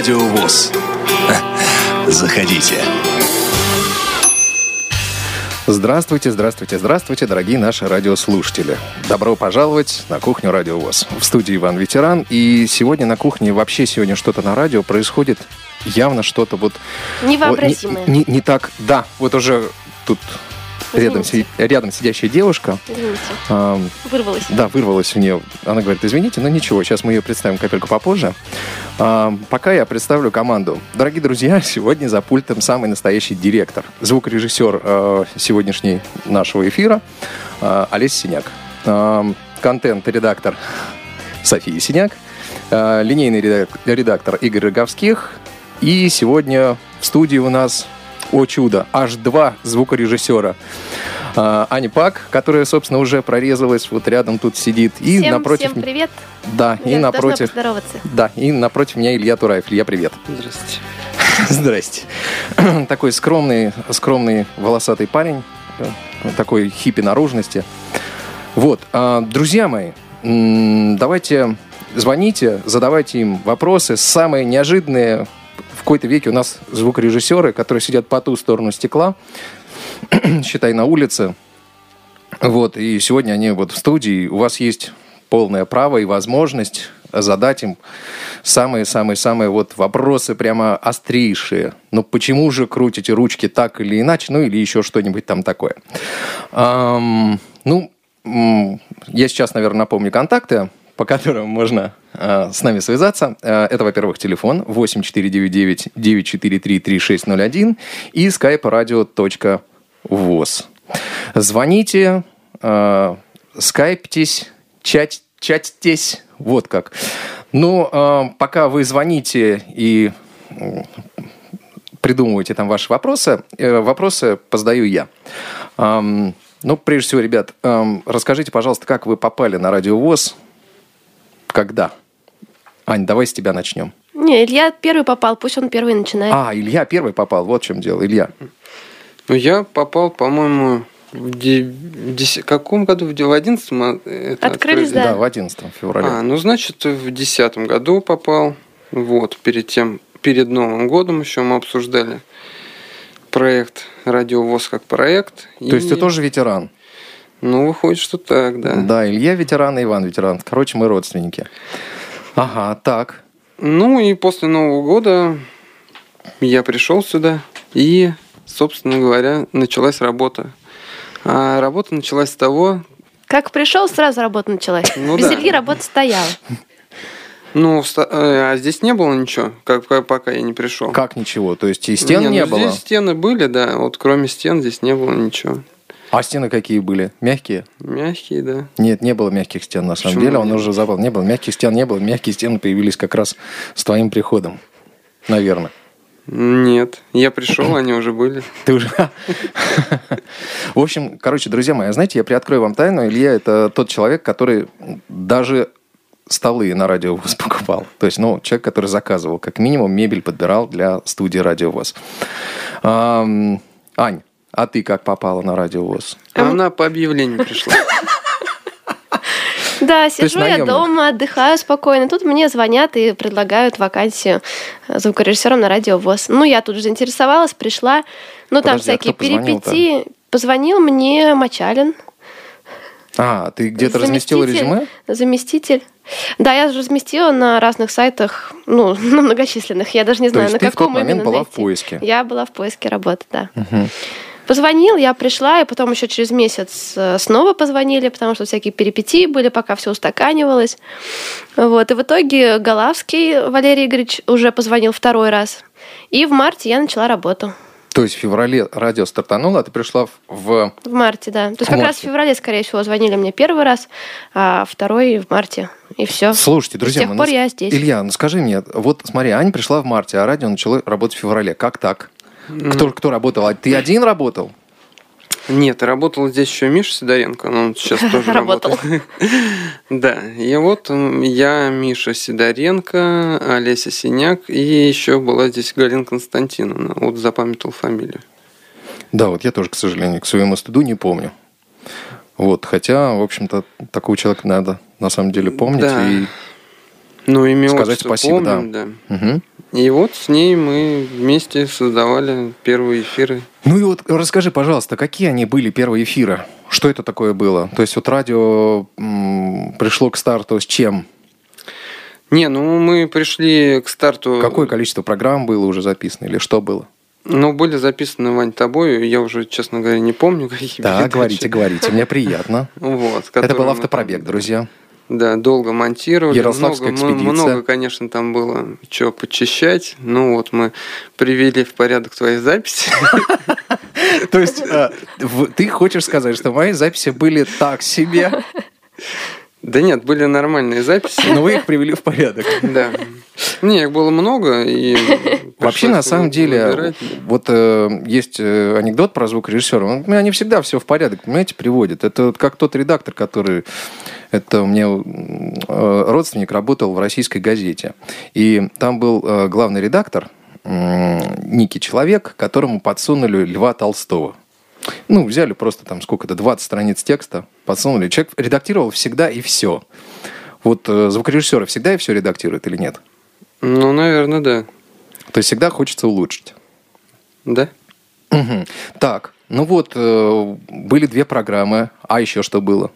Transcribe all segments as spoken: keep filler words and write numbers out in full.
Радио ВОС. Заходите. Здравствуйте, здравствуйте, здравствуйте, дорогие наши радиослушатели. Добро пожаловать на кухню Радио ВОС. В студии Иван Ветеран. И сегодня на кухне, вообще сегодня что-то на радио происходит, явно что-то вот... невообразимое. Вот, не, не, не так, да, вот уже тут... Рядом, си, рядом сидящая девушка. Извините. А, вырвалась. Да, вырвалась у нее. Она говорит, извините, но ничего, сейчас мы ее представим капельку попозже. А, пока я представлю команду. Дорогие друзья, сегодня за пультом самый настоящий директор, звукорежиссер а, сегодняшней нашего эфира а, Олеся Синяк. А, контент-редактор София Синяк. А, линейный редактор Игорь Роговских. И сегодня в студии у нас... О чудо, аж два звукорежиссера. А, Аня Пак, которая, собственно, уже прорезалась, вот рядом тут сидит. И всем, напротив... всем привет. Да, Я и напротив... поздороваться. Да, и напротив меня Илья Тураев. Илья, привет. Здравствуйте. Здрасте. Такой скромный, скромный волосатый парень, такой хиппи наружности. Вот, друзья мои, давайте звоните, задавайте им вопросы, самые неожиданные. В какой-то веке у нас звукорежиссеры, которые сидят по ту сторону стекла, считай, на улице. Вот, и сегодня они вот в студии. У вас есть полное право и возможность задать им самые-самые-самые вот вопросы прямо острейшие. Ну, почему же крутите ручки так или иначе? Ну, или еще что-нибудь там такое. Эм, ну, я сейчас, наверное, напомню контакты, по которым можно э, с нами связаться. Э, это, во-первых, телефон восемь четыре девять девять девять четыре три три шесть ноль один и skype radio точка voz. Звоните, э, скайптесь, чат, чатьтесь, вот как. Ну, э, пока вы звоните и э, придумываете там ваши вопросы, э, вопросы позадаю я. Э, ну, прежде всего, ребят, э, расскажите, пожалуйста, как вы попали на Радио ВОС. Когда? Ань, давай с тебя начнем. Не, Илья первый попал, пусть он первый начинает. А, Илья первый попал, вот в чем дело. Илья. Ну, я попал, по-моему, в десятом каком году? В одиннадцатом? Открылись, да. Да, в одиннадцатом февраля. А, ну, значит, в десятом году попал. Вот, перед тем, перед Новым годом еще мы обсуждали проект Радио ВОС как проект. То и... есть ты тоже ветеран? Ну, выходит, что так, да. Да, Илья ветеран и Иван ветеран. Короче, мы родственники. Ага, так. Ну, и после Нового года я пришел сюда, и, собственно говоря, началась работа. А работа началась с того... Как пришел, сразу работа началась. Ну, без да. Ильи работа стояла. Ну, а здесь не было ничего, как, пока я не пришел. Как ничего? То есть и стен не, не ну, было? Здесь стены были, да. Вот кроме стен здесь не было ничего. А стены какие были? Мягкие? Мягкие, да. Нет, не было мягких стен, на самом Почему деле. Он нет? уже забыл. Не было мягких стен, не было. Мягкие стены появились как раз с твоим приходом. Наверное. Нет. Я пришел, они уже были. Ты уже... В общем, короче, друзья мои, знаете, я приоткрою вам тайну. Илья – это тот человек, который даже столы на Радио ВОС покупал. То есть, ну, человек, который заказывал, как минимум, мебель подбирал для студии Радио ВОС. Ань, а ты как попала на Радио ВОС? Она по объявлению пришла. Да, сижу я дома, отдыхаю спокойно. Тут мне звонят и предлагают вакансию звукорежиссером на Радио ВОС. Ну, я тут же заинтересовалась, пришла. Ну, там всякие перипетии. Позвонил мне Мочалин. А, ты где-то разместила резюме? Заместитель. Да, я же разместила на разных сайтах, ну, на многочисленных. Я даже не знаю, на каком именно найти. То есть ты в тот момент была в поиске? Я была в поиске работы, да. Угу. Позвонил, я пришла, и потом еще через месяц снова позвонили, потому что всякие перипетии были, пока все устаканивалось. Вот. И в итоге Голавский Валерий Игоревич уже позвонил второй раз. И в марте я начала работу. То есть в феврале радио стартануло, а ты пришла в... В, в марте, да. То есть в как марте. раз в феврале, скорее всего, звонили мне первый раз, а второй в марте. И все. Слушайте, друзья, с тех ну, пор ну, я здесь. Илья, ну скажи мне, вот смотри, Аня пришла в марте, а радио начало работать в феврале. Как так? Mm. Кто, кто работал? А ты один работал? Нет, работал здесь еще Миша Сидоренко, но он сейчас тоже работал. Да, и вот я, Миша Сидоренко, Олеся Синяк, и еще была здесь Галина Константиновна. Вот запамятовал фамилию. Да, вот я тоже, к сожалению, к своему стыду не помню. Вот, хотя, в общем-то, такого человека надо на самом деле помнить да. и ну, имя сказать спасибо. помним, да. да. Угу. И вот с ней мы вместе создавали первые эфиры. Ну и вот расскажи, пожалуйста, какие они были первые эфиры? Что это такое было? То есть вот радио м- пришло к старту с чем? Не, ну мы пришли к старту... Какое количество программ было уже записано или что было? Ну, были записаны, Вань, тобой, я уже, честно говоря, не помню, какие Да, передачи. говорите, говорите, мне приятно. Вот, это был автопробег, там, друзья. Да, долго монтировали. Ярославская много, экспедиция. Много, конечно, там было чего почищать. Ну вот мы привели в порядок твои записи. То есть ты хочешь сказать, что мои записи были так себе? Да нет, были нормальные записи. Но вы их привели в порядок. Да. Не, их было много. И вообще, на самом деле, выбирать. Вот э, есть анекдот про звукорежиссера. Они всегда все в порядок, понимаете, приводят. Это как тот редактор, который... Это у меня э, родственник работал в российской газете. И там был э, главный редактор, э, некий человек, которому подсунули Льва Толстого. Ну, взяли просто там сколько-то, двадцать страниц текста, подсунули. Человек редактировал всегда и все. Вот э, звукорежиссеры всегда и все редактируют или нет? Ну, наверное, да. То есть всегда хочется улучшить. Да. Угу. Так, ну вот, э, были две программы. А еще что было?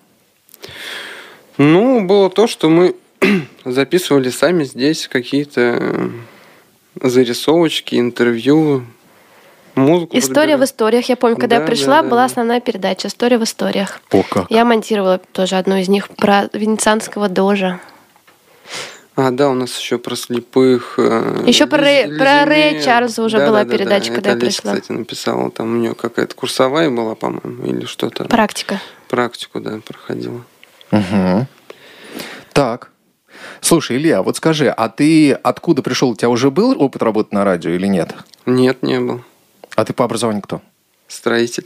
Ну, было то, что мы записывали сами здесь какие-то зарисовочки, интервью, музыку. История подбирали. в историях. Я помню, когда да, я пришла, да, да, была да. основная передача «История в историях». О, как. Я монтировала тоже одну из них про венецианского дожа. А, да, у нас еще про слепых. Еще про, Рэй, про Рэя Чарльза уже да, была да, да, передача, да. когда Это я Леся, пришла. кстати, написала. Там у нее какая-то курсовая была, по-моему, или что-то. Практика. Практику, да, проходила. Угу. Так. Слушай, Илья, вот скажи, а ты откуда пришел? У тебя уже был опыт работы на радио или нет? Нет, не был. А ты по образованию кто? Строитель.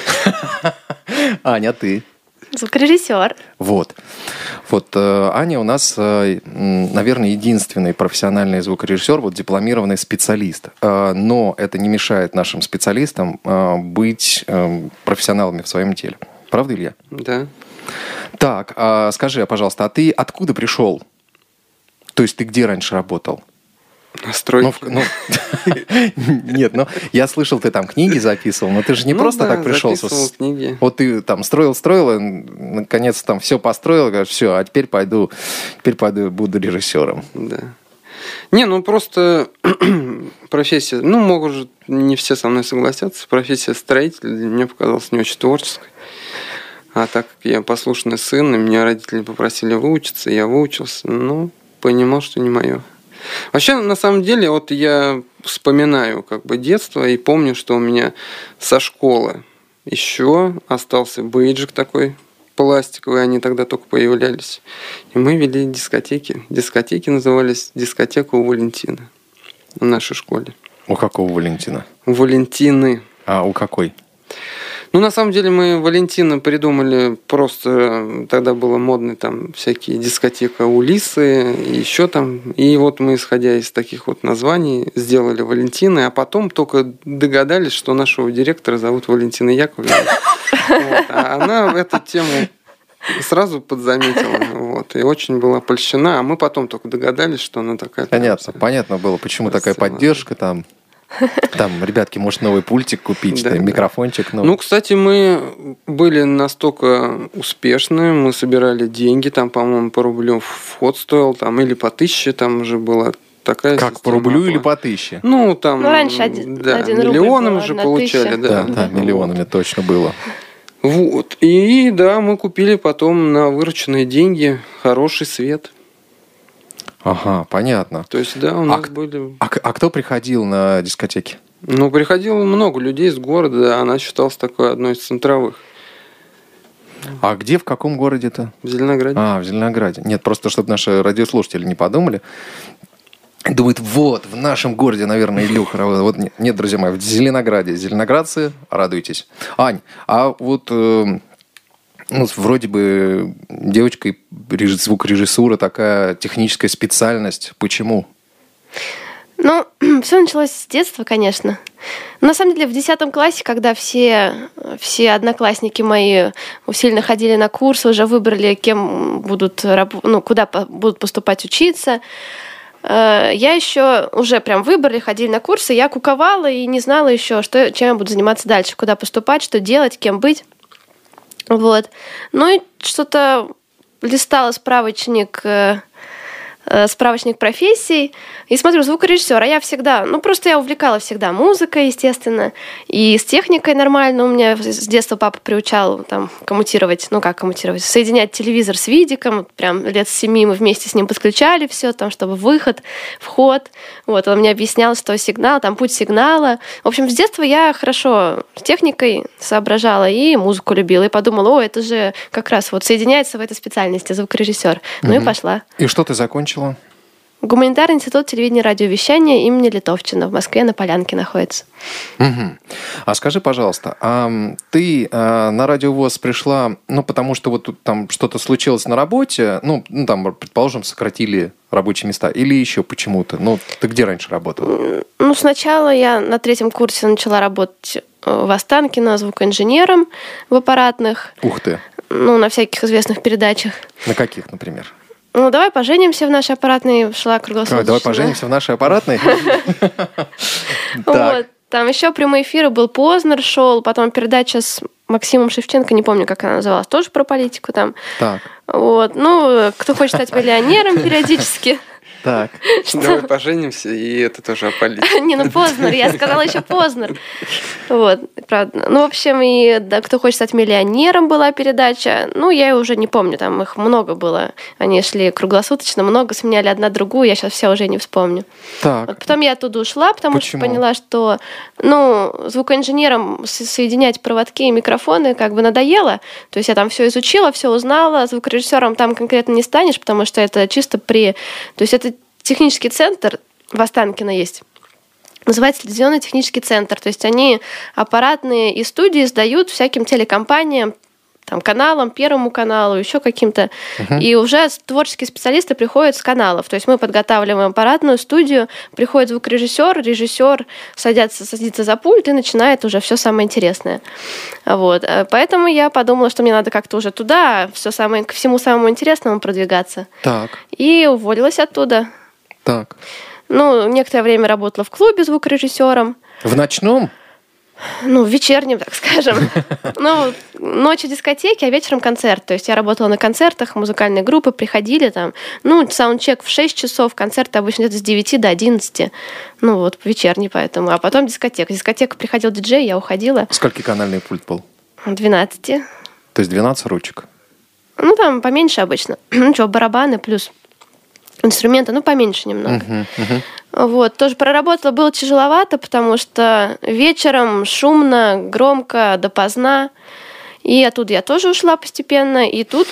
Аня, ты? Звукорежиссер. Вот. Вот э, Аня у нас, э, наверное, единственный профессиональный звукорежиссер, вот дипломированный специалист. Э, но это не мешает нашим специалистам э, быть э, профессионалами в своем деле. Правда, Илья? Да. Так, а скажи, пожалуйста, а ты откуда пришел? То есть ты где раньше работал? На стройке. Ну, ну, нет, ну я слышал, ты там книги записывал, но ты же не Ну просто да, так пришел. записывал книги. Вот ты там строил, строил, и наконец там все построил, говоришь, все, а теперь пойду, теперь пойду, буду режиссером. Да. Не, ну просто профессия, ну, может, не все со мной согласятся, профессия строителя для меня показалась не очень творческой. А так как я послушный сын, и меня родители попросили выучиться, я выучился, ну, понимал, что не мое. Вообще, на самом деле, вот я вспоминаю как бы детство и помню, что у меня со школы еще остался бейджик такой пластиковый, они тогда только появлялись. И мы вели дискотеки. Дискотеки назывались «Дискотека у Валентина» в нашей школе. У какого Валентина? У Валентины. А у какой? Ну, на самом деле, мы Валентина придумали просто... Тогда было модно там всякие дискотека у Лисы и еще там. И вот мы, исходя из таких вот названий, сделали Валентины, а потом только догадались, что нашего директора зовут Валентина Яковлевна. Вот. А она эту тему сразу подзаметила. Вот. И очень была польщена. А мы потом только догадались, что она такая... Понятно, понятно было, почему такая поддержка там. Там, ребятки, может, новый пультик купить, да, да, да. микрофончик новый. Ну, кстати, мы были настолько успешны, мы собирали деньги, там, по-моему, по рублю вход стоил, там, или по тысяче, там уже была такая как, по рублю была. Или по тысяче? Ну, там, ну, раньше один, да, один миллионами рубль же получали, тысяча. да. Да, да, миллионами вот. Точно было. Вот, и да, мы купили потом на вырученные деньги хороший свет. Ага, понятно. То есть, да, у нас а, были... А, а кто приходил на дискотеки? Ну, приходило много людей из города, она считалась такой одной из центровых. А где, в каком городе-то? В Зеленограде. А, в Зеленограде. Нет, просто чтобы наши радиослушатели не подумали. Думают, вот, в нашем городе, наверное, Илюха. Вот, нет, друзья мои, в Зеленограде. Зеленоградцы, радуйтесь. Ань, а вот... Э, Ну, вроде бы девочка звукорежиссура, такая техническая специальность. Почему? Ну, все началось с детства, конечно. Но на самом деле в десятом классе, когда все, все одноклассники мои усиленно ходили на курсы, уже выбрали, кем будут, ну, куда будут поступать учиться, я еще уже прям выбрали, ходили на курсы, я куковала и не знала еще, что, чем я буду заниматься дальше, куда поступать, что делать, кем быть. Вот. Ну и что-то листала справочник, справочник профессий и смотрю, звукорежиссер, а я всегда, ну просто я увлекала всегда музыкой, естественно, и с техникой нормально, у меня с детства папа приучал там коммутировать, ну как коммутировать, соединять телевизор с видиком, прям лет с семи мы вместе с ним подключали все, там, чтобы выход, вход, вот, он мне объяснял, что сигнал, там путь сигнала, в общем, с детства я хорошо с техникой соображала и музыку любила, и подумала, о, это же как раз вот соединяется в этой специальности звукорежиссер, ну угу. и пошла. И что ты закончила? Гуманитарный институт телевидения и радиовещания имени Литовчина в Москве на Полянке находится. Угу. А скажи, пожалуйста, а ты а, на Радио ВОС пришла, ну, потому что вот тут там что-то случилось на работе, ну, ну, там, предположим, сократили рабочие места, или еще почему-то? Ну, ты где раньше работала? Ну, сначала я на третьем курсе начала работать в Останкино звукоинженером в аппаратных. Ух ты! Ну, на всяких известных передачах. На каких, например? Ну, давай поженимся в нашей аппаратной, шла круглосуточно. Давай поженимся в нашей аппаратной. Вот. Там еще прямой эфир был, Познер шел, потом передача с Максимом Шевченко, не помню, как она называлась, тоже про политику там. Так. Вот. Ну, кто хочет стать миллионером периодически. Так. Давай поженимся, и это тоже о политике. Не, ну Познер, я сказала еще Познер. Вот, правда. Ну, в общем, и да, кто хочет стать миллионером была передача. Ну, я уже не помню, там их много было. Они шли круглосуточно, много сменяли одна другую, я сейчас все уже не вспомню. Так. Вот потом я оттуда ушла, потому Почему? что поняла, что, ну, звукоинженером соединять проводки и микрофоны как бы надоело. То есть я там все изучила, все узнала. Звукорежиссером там конкретно не станешь, потому что это чисто при... То есть это технический центр в Останкино есть. Называется телевизионный технический центр. То есть они аппаратные и студии сдают всяким телекомпаниям, там, каналам, Первому каналу, еще каким-то. Uh-huh. И уже творческие специалисты приходят с каналов. То есть мы подготавливаем аппаратную студию, приходит звукорежиссер, режиссер садится, садится за пульт и начинает уже все самое интересное. Вот. Поэтому я подумала, что мне надо как-то уже туда, все самое, к всему самому интересному продвигаться. Так. И уволилась оттуда. Так. Ну, некоторое время работала в клубе звукорежиссером. В ночном? Ну, в вечернем, так скажем. Ну, ночью дискотеки, а вечером концерт. То есть я работала на концертах, музыкальные группы приходили там. Ну, саундчек в шесть часов, концерты обычно где-то с девяти до одиннадцати. Ну, вот, вечерний поэтому. А потом дискотека. Дискотека приходил диджей, я уходила. Сколько канальный пульт был? двенадцать. То есть двенадцать ручек? Ну, там поменьше обычно. Ну, что, барабаны плюс инструменты, ну, поменьше немного. Uh-huh, uh-huh. Вот, тоже проработала, было тяжеловато, потому что вечером шумно, громко, допоздна. И оттуда я тоже ушла постепенно, и тут...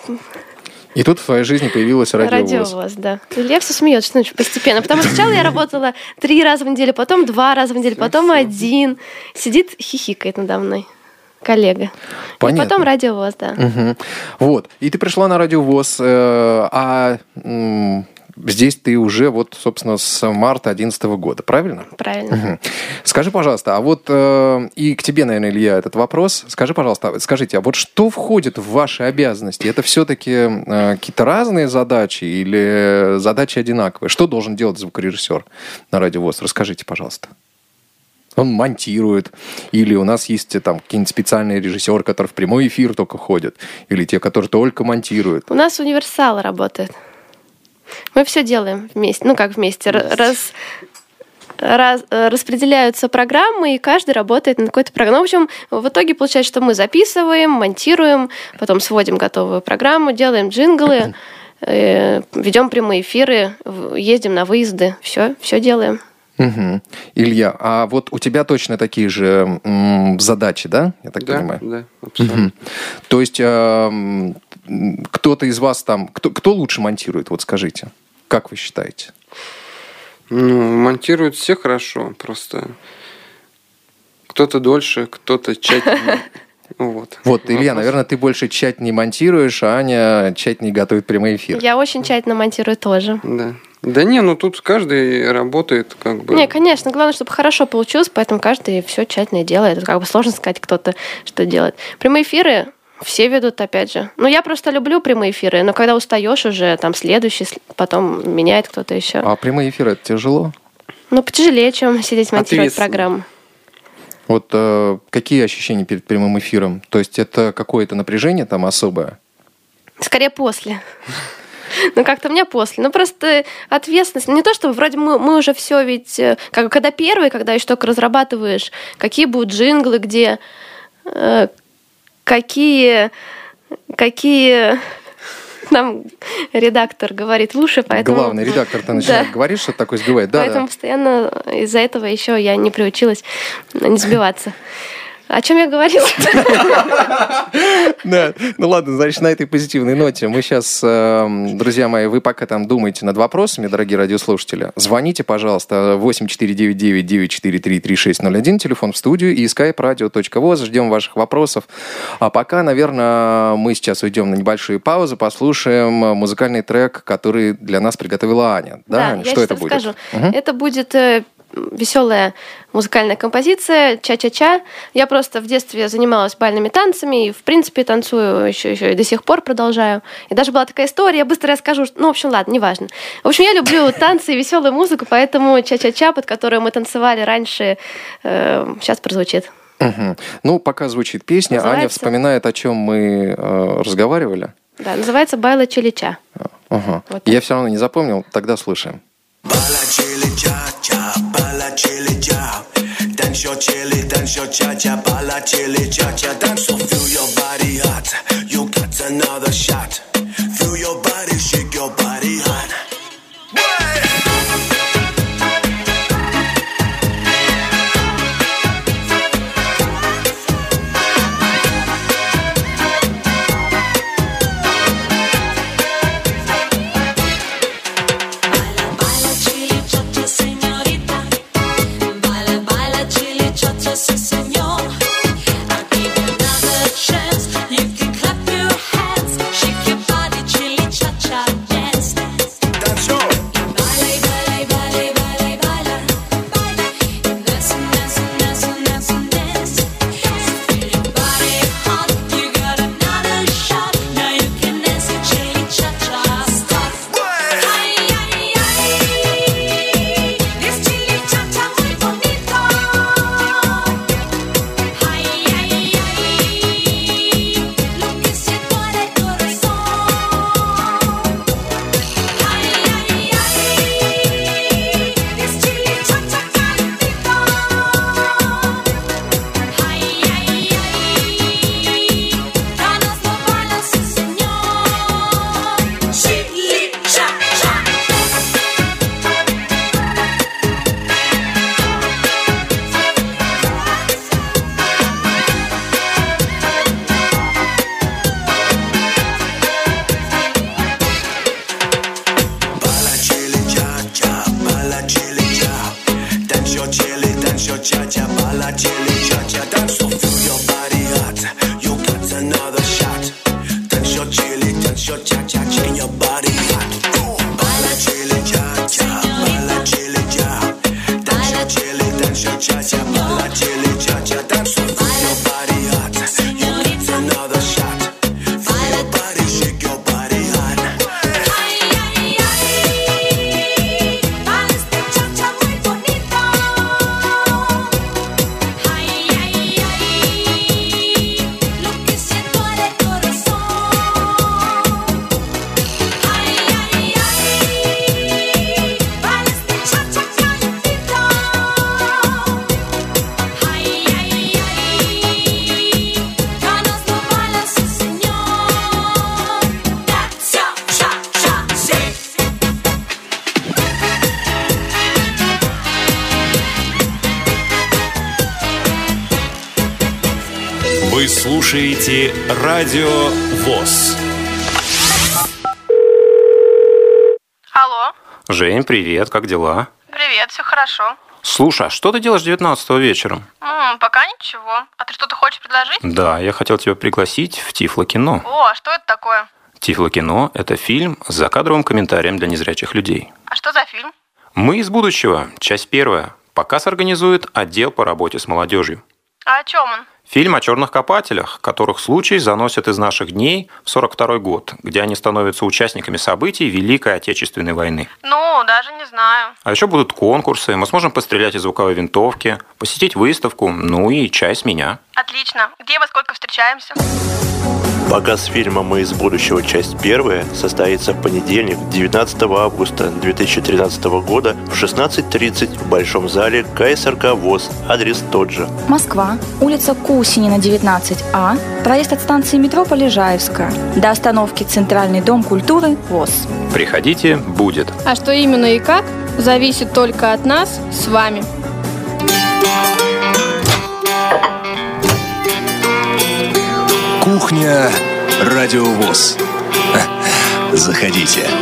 И тут в твоей жизни появилась Радио ВОС. Радио ВОС, да. Илья все смеется, что значит постепенно. Потому что сначала я работала три раза в неделю, потом два раза в неделю, потом один. Сидит, хихикает надо мной. Коллега. Понятно. И потом Радио ВОС, да. Угу. Вот. И ты пришла на Радио ВОС, э, а м- здесь ты уже, вот, собственно, с марта две тысячи одиннадцатого года, правильно? Правильно. Угу. Скажи, пожалуйста, а вот э, и к тебе, наверное, Илья, этот вопрос. Скажи, пожалуйста, скажите, а вот что входит в ваши обязанности? Это все-таки э, какие-то разные задачи или задачи одинаковые? Что должен делать звукорежиссер на Радио ВОС? Расскажите, пожалуйста. Он монтирует, или у нас есть там какие-нибудь специальные режиссеры, которые в прямой эфир только ходят, или те, которые только монтируют. У нас универсал работает. Мы все делаем вместе. Ну, как вместе. Раз, раз, распределяются программы, и каждый работает на какой-то программе. В общем, в итоге получается, что мы записываем, монтируем, потом сводим готовую программу, делаем джинглы, ведем прямые эфиры, ездим на выезды. Все, все делаем. Угу. Илья, а вот у тебя точно такие же м, задачи, да? Я так да, понимаю? Да, абсолютно. Угу. То есть э, кто-то из вас там... Кто, кто лучше монтирует, вот скажите? Как вы считаете? Ну, монтируют все хорошо, просто кто-то дольше, кто-то тщательнее. Вот. Вот, Илья, наверное, ты больше тщательнее монтируешь, а Аня тщательнее готовит прямой эфир. Я очень тщательно монтирую тоже. Да. Да не, ну тут каждый работает как бы... Не, конечно, главное, чтобы хорошо получилось, поэтому каждый все тщательно делает. Это как бы сложно сказать кто-то, что делает. Прямые эфиры Все ведут, опять же. Ну, я просто люблю прямые эфиры, но когда устаешь уже, там, следующий, потом меняет кто-то еще. А прямые эфиры — это тяжело? Ну, потяжелее, чем сидеть монтировать программу. Вот э, какие ощущения перед прямым эфиром? То есть это какое-то напряжение там особое? Скорее после. Ну, как-то у меня после. Ну, просто ответственность. Не то, чтобы вроде мы, мы уже все ведь... Как, когда первый, когда еще только разрабатываешь, какие будут джинглы, где... Э, какие... Какие... Нам редактор говорит в уши, поэтому... Главный редактор, ты начинаешь да. говорить, что такое сбивает. Да, поэтому да. постоянно из-за этого еще я не приучилась не сбиваться. О чем я говорила? Да, ну ладно, значит, на этой позитивной ноте мы сейчас, друзья мои, вы пока там думаете над вопросами, дорогие радиослушатели, звоните, пожалуйста, восемь четыре девять девять девять четыре три три шесть ноль один, телефон в студию, и skype radio точка voz, ждем ваших вопросов. А пока, наверное, мы сейчас уйдем на небольшую паузу, послушаем музыкальный трек, который для нас приготовила Аня. Да, да Аня, я что это будет? Расскажу. Угу. Это будет... веселая музыкальная композиция «Ча-ча-ча». Я просто в детстве занималась бальными танцами и, в принципе, танцую еще, еще и до сих пор продолжаю. И даже была такая история, я быстро расскажу. Ну, в общем, ладно, неважно. В общем, я люблю танцы и веселую музыку, поэтому «Ча-ча-ча», под которую мы танцевали раньше, э, сейчас прозвучит. Угу. Ну, пока звучит песня, называется... Аня вспоминает, о чем мы э, разговаривали. Да, называется «Байла Чили-ча». Угу. Вот я все равно не запомнил, тогда слушаем. Bala chili cha cha, bala chili cha. Dance your chili, dance your cha cha, bala chili cha cha. Dance so feel your body hot. You got another shot. Feel your body, shake your body hot. Sí, señor. I'll give you another chance. You can clap your hands, shake your body, chili cha cha, dance, dance. That's all. Baila, baila, baila, baila, baila, baila. Dance, dance, dance, dance, dance. Feel your body hot. You got another shot. Now you can dance your chili cha cha. Stop. Ay, ay, ay. This chili cha cha muy bonito. Вы слушаете Радио ВОС. Алло. Жень, привет, как дела? Привет, все хорошо. Слушай, а что ты делаешь девятнадцатого вечером? М-м, пока ничего. А ты что-то хочешь предложить? Да, я хотел тебя пригласить в Тифло-кино. О, а что это такое? Тифло-кино – это фильм с закадровым комментарием для незрячих людей. А что за фильм? «Мы из будущего», часть первая. Показ организует отдел по работе с молодежью. А о чем он? Фильм о черных копателях, которых случай заносит из наших дней в сорок второй год, где они становятся участниками событий Великой Отечественной войны. Ну, даже не знаю. А еще будут конкурсы, мы сможем пострелять из звуковой винтовки, посетить выставку, ну и чай с меня. Отлично. Где во сколько встречаемся? Показ фильма «Мы из будущего. Часть первая» состоится в понедельник, девятнадцатого августа две тысячи тринадцатого года в шестнадцать тридцать в Большом зале ка эс эр ка ВОС. Адрес тот же. Москва, улица Кусинина, девятнадцать А, проезд от станции метро Полежаевская, до остановки Центральный дом культуры ВОС. Приходите, будет. А что именно и как, зависит только от нас с вами. Кухня Радио ВОС. Заходите.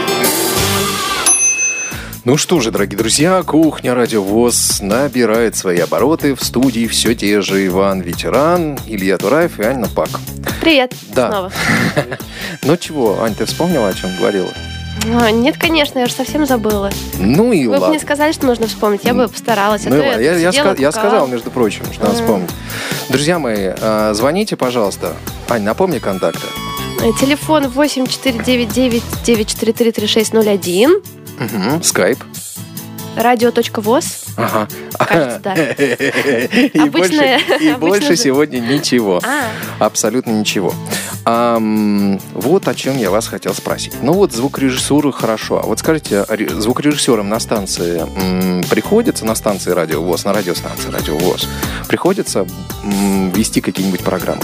Ну что же, дорогие друзья, кухня Радио ВОС набирает свои обороты. В студии все те же Иван Ветеран, Илья Тураев и Анна Пак. Привет Да. снова. Ну чего, Ань, ты вспомнила, о чем говорила? А, нет, конечно, я же совсем забыла. Ну и Вы бы ладно. мне сказали, что нужно вспомнить, я бы постаралась. А Ну, то и ладно. я, я, я, сидела, ска- я куковала. сказал, между прочим, что надо М. вспомнить. Друзья мои, э, звоните, пожалуйста. Ань, напомни контакты. Э, Телефон восемь четыре девять девять девять четыре три три шесть ноль один. Угу. Скайп. Радио.воз. Ага. Кажется, да. И Обычно- больше, и обычно больше же- сегодня ничего. А, Абсолютно ничего. Ам, вот о чем я вас хотел спросить. Ну вот звукорежиссура хорошо. А вот скажите, ре- звукорежиссерам на станции м, приходится, на станции Радио ВОС, на радиостанции Радио ВОС, приходится м, вести какие-нибудь программы?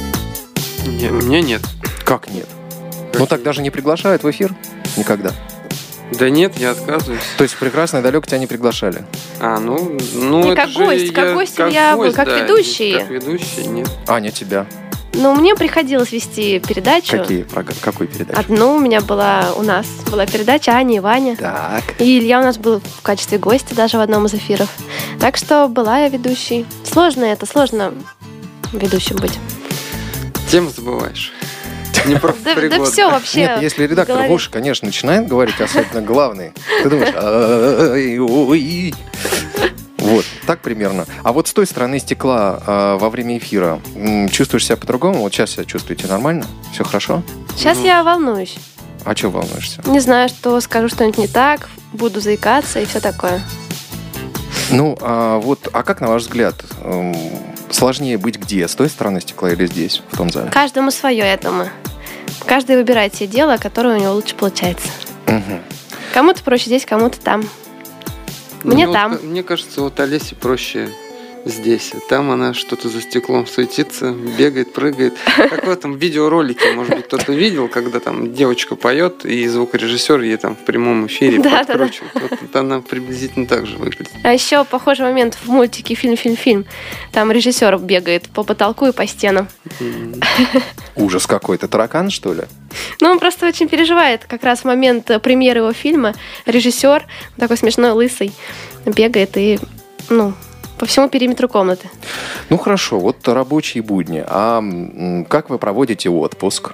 Не, мне нет. Как нет? Ну так даже не приглашают в эфир? Никогда. Да нет, я отказываюсь. То есть в прекрасный далек тебя не приглашали? А, ну, ну Не это как же гость, как я- гость я был, гость, как да, ведущий. Как ведущий, нет. Аня, тебя? ну, мне приходилось вести передачу. Какие, прог- какой передачи? Одну у меня была, у нас была передача Аня и Ваня. Так. И Илья у нас был в качестве гостя даже в одном из эфиров. Так что была я ведущей. Сложно это, сложно ведущим быть. Тему забываешь. Не Да, профпригодно. да все вообще. Нет, если редактор в в голове. уши, конечно, начинает говорить, особенно главный, ты думаешь, «Ай, ой». Вот, так примерно. А вот с той стороны стекла а, во время эфира м, чувствуешь себя по-другому? Вот сейчас себя чувствуете нормально? Все хорошо? Сейчас я волнуюсь. А чего волнуешься? Не знаю, что скажу что-нибудь не так, буду заикаться и все такое. Ну, а вот, а как, на ваш взгляд, м, сложнее быть где? С той стороны стекла или здесь, в том зале? Каждому свое, я думаю. Каждый выбирает себе дело, которое у него лучше получается. Мгм. Кому-то проще здесь, кому-то там. Ну, Мне вот, там. ка- мне кажется, вот Олесе проще здесь. А там она что-то за стеклом суетится, бегает, прыгает. Как в этом видеоролике, может быть, кто-то видел, когда там девочка поет, и звукорежиссер ей там в прямом эфире Да, да, да. подкручивает. Вот, вот она приблизительно так же выглядит. А еще похожий момент в мультике «Фильм-фильм-фильм». Там режиссер бегает по потолку и по стенам. М. Ужас какой-то. Таракан, что ли? Ну, он просто очень переживает. Как раз в момент э, премьеры его фильма режиссер, такой смешной, лысый, бегает и, ну, по всему периметру комнаты. Ну, хорошо, вот рабочие будни. А м, как вы проводите отпуск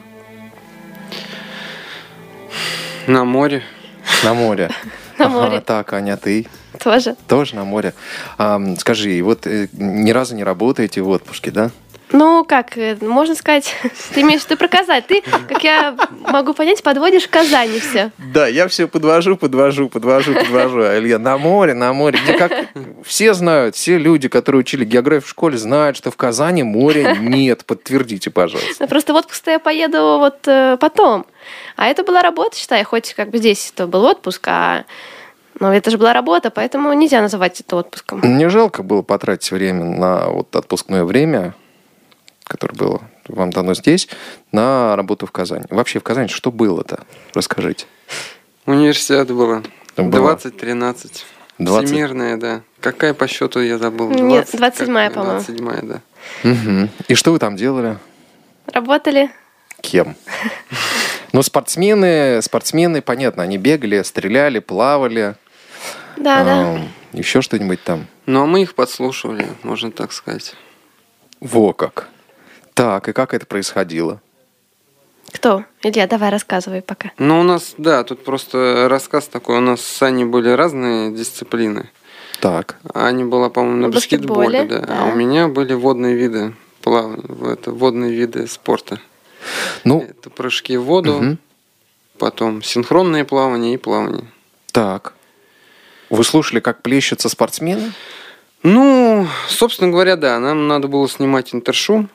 На море. на море? На Ага, море так, Аня, ты? тоже. Тоже на море. А, м, скажи, вот э, ни разу не работаете в отпуске, да? Ну, как, э, можно сказать, ты имеешь в виду про Казань. Ты, как я могу понять, подводишь к Казани все. Да, я все подвожу, подвожу, подвожу, подвожу. А Илья, на море, на море. Где как... Все знают, все люди, которые учили географию в школе, знают, что в Казани моря нет. Подтвердите, пожалуйста. Ну, просто в отпуск-то я поеду вот э, потом. А это была работа, считай, хоть как бы здесь это был отпуск, а но это же была работа, поэтому нельзя называть это отпуском. Мне жалко было потратить время на вот отпускное время, которое было вам дано здесь, на работу в Казани. Вообще в Казани что было-то? Расскажите. Универсиада была. Была. двадцать тринадцать. двадцать Всемирная, да. Какая по счету я забыл? Нет, двадцать седьмая, как- по-моему. двадцать седьмая, да. Мгм. И что вы там делали? Работали. Кем? Ну, спортсмены, спортсмены, понятно, они бегали, стреляли, плавали. Да, да. Еще что-нибудь там. Ну, а мы их подслушивали, можно так сказать. Во как. Так, и как это происходило? Кто? Илья, давай рассказывай пока. Ну, у нас, да, тут просто рассказ такой. У нас с Аней были разные дисциплины. Так. Аня была, по-моему, на На баскетболе, баскетболе, да. да. А у меня были водные виды. плавание, в это, водные виды спорта. Ну, это прыжки в воду, угу. потом синхронное плавание и плавание. Так. Вы слушали, как плещутся спортсмены? Ну, собственно говоря, да. Нам надо было снимать интершум.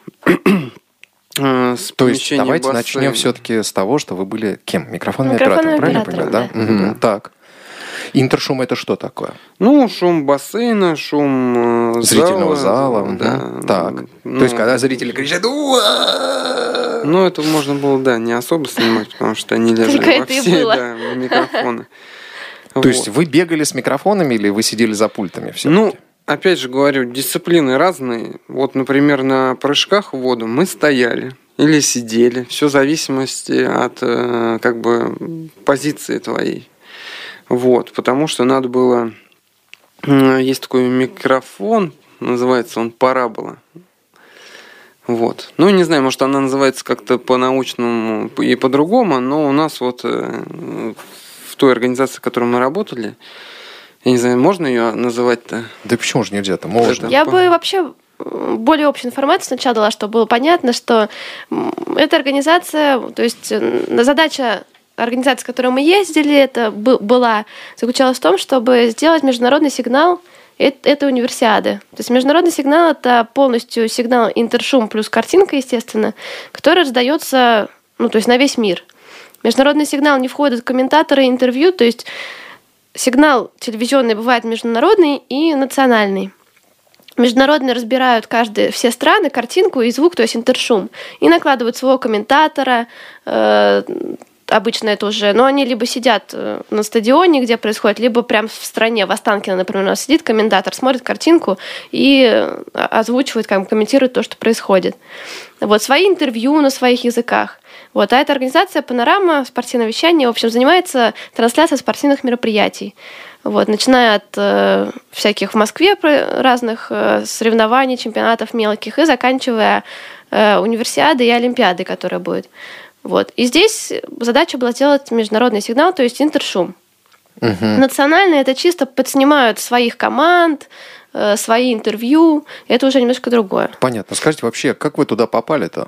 То есть давайте начнем все-таки с того, что вы были кем? Микрофонным оператором, правильно понимаю? Да? Да. Угу. Так. Интершум это что такое? Ну, шум бассейна, шум э, зрительного зала. зала. Да. Угу. Так. Ну, То есть, когда зрители кричат «Уа!», ну, это можно было, да, не особо снимать, потому что они лежали во все да, микрофоны. То вот. Есть вы бегали с микрофонами или вы сидели за пультами все-таки? Ну, опять же говорю, дисциплины разные. Вот, например, на прыжках в воду мы стояли или сидели. Все в зависимости от как бы позиции твоей. Вот, потому что надо было... Есть такой микрофон, называется он парабола. Вот. Ну, не знаю, может, она называется как-то по-научному и по-другому, но у нас вот в той организации, в которой мы работали, я не знаю, можно ее называть-то? Да почему же нельзя-то? Можно. Я бы вообще более общую информацию сначала дала, чтобы было понятно, что эта организация, то есть задача организации, в которой мы ездили, это была, заключалась в том, чтобы сделать международный сигнал этой универсиады. То есть международный сигнал — это полностью сигнал интершум плюс картинка, естественно, который раздается, ну, то есть на весь мир. Международный сигнал не входит в комментаторы, интервью, то есть сигнал телевизионный бывает международный и национальный. Международные разбирают каждые, все страны, картинку и звук, то есть интершум, и накладывают своего комментатора, э, обычно это уже, но они либо сидят на стадионе, где происходит, либо прямо в стране, в Останкино, например, у нас сидит комментатор, смотрит картинку и озвучивает, как бы комментирует то, что происходит. Вот, свои интервью на своих языках. Вот, а эта организация «Панорама», спортивное вещание, в общем, занимается трансляцией спортивных мероприятий. Вот, начиная от э, всяких в Москве разных э, соревнований, чемпионатов мелких, и заканчивая э, универсиадой и олимпиадой, которая будет. Вот. И здесь задача была сделать международный сигнал, то есть интершум. Угу. Национальные это чисто подснимают своих команд, э, свои интервью. Это уже немножко другое. Понятно. Скажите, вообще, как вы туда попали-то?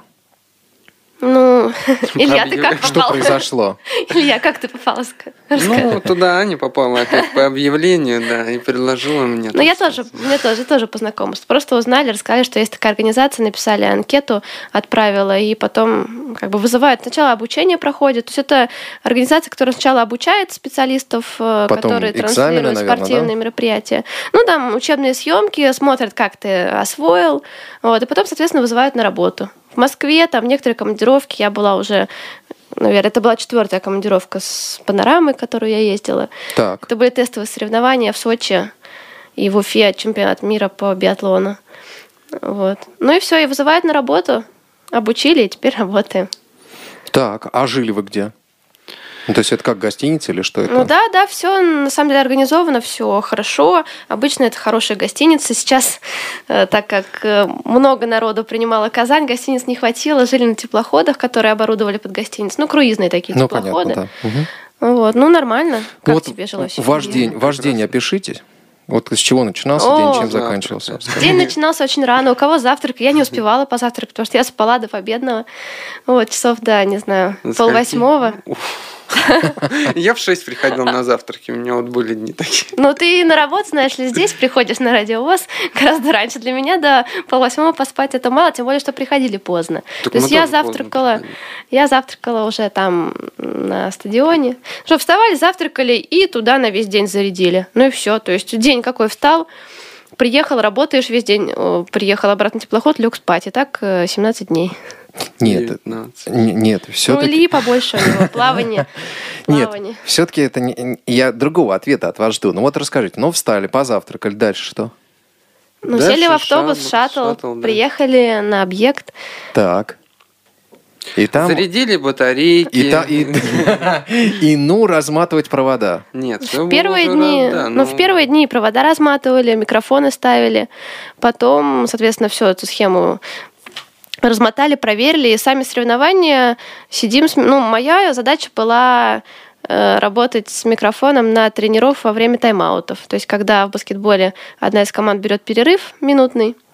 Ну, Илья, ты как попал? Что произошло? Илья, как ты попала? Ну, туда Аня попала опять по объявлению, да, и предложила мне. Ну, я тоже, мне тоже, тоже по знакомству. Просто узнали, рассказали, что есть такая организация, написали анкету, отправила, и потом как бы вызывают. Сначала обучение проходит. То есть это организация, которая сначала обучает специалистов, потом которые транслируют наверное, спортивные да? мероприятия. Ну, там учебные съемки, смотрят, как ты освоил, вот, и потом, соответственно, вызывают на работу. В Москве там некоторые командировки, я была уже, наверное, это была четвертая командировка с «Панорамой», которую я ездила. Так. Это были тестовые соревнования в Сочи и в Уфе, чемпионат мира по биатлону. Вот. Ну и все, и вызывают на работу, обучили, и теперь работаем. Так, а жили вы где? Ну, то есть это как гостиница или что это? Ну да, да, все на самом деле организовано, все хорошо. Обычно это хорошая гостиница. Сейчас, э, так как э, много народу принимала Казань, гостиниц не хватило, жили на теплоходах, которые оборудовали под гостиницу. Ну, круизные такие ну, теплоходы. Понятно, да. Угу. Вот, ну, нормально. Как вот тебе жилось? Ваш день, ваш день опишите. Вот с чего начинался О, день, чем заканчивался? День начинался очень рано. У кого завтрак? Я не успевала позавтракать, потому что я спала до победного. Вот, часов, да, не знаю, полвосьмого. Я в шесть приходил на завтраки, у меня вот были дни такие. Ну, ты на работу, знаешь ли, здесь приходишь на Радио ВОС гораздо раньше. Для меня до полвосьмого поспать это мало, тем более, что приходили поздно. Так То есть я завтракала, я завтракала уже там на стадионе. Что, вставали, завтракали и туда на весь день зарядили. Ну и все. То есть день какой встал, приехал, работаешь весь день, приехал обратно теплоход, лег спать. И так семнадцать дней. Нет, нет, все-таки... Ну, Ильи побольше у него, плавание. Нет, все-таки это не... Я другого ответа от вас жду. Ну вот расскажите, ну встали, позавтракали, дальше что? Ну, дальше сели в автобус, шаттл, шаттл да. приехали на объект. Так. И там... Зарядили батарейки. И, та... и... и ну разматывать провода. Нет, в первые дни, раз, да, ну, но... в первые дни провода разматывали, микрофоны ставили. Потом, соответственно, всю эту схему размотали, проверили, и сами соревнования сидим... С... Ну, моя задача была э, работать с микрофоном на тренировках во время тайм-аутов. То есть, когда в баскетболе одна из команд берет перерыв минутный,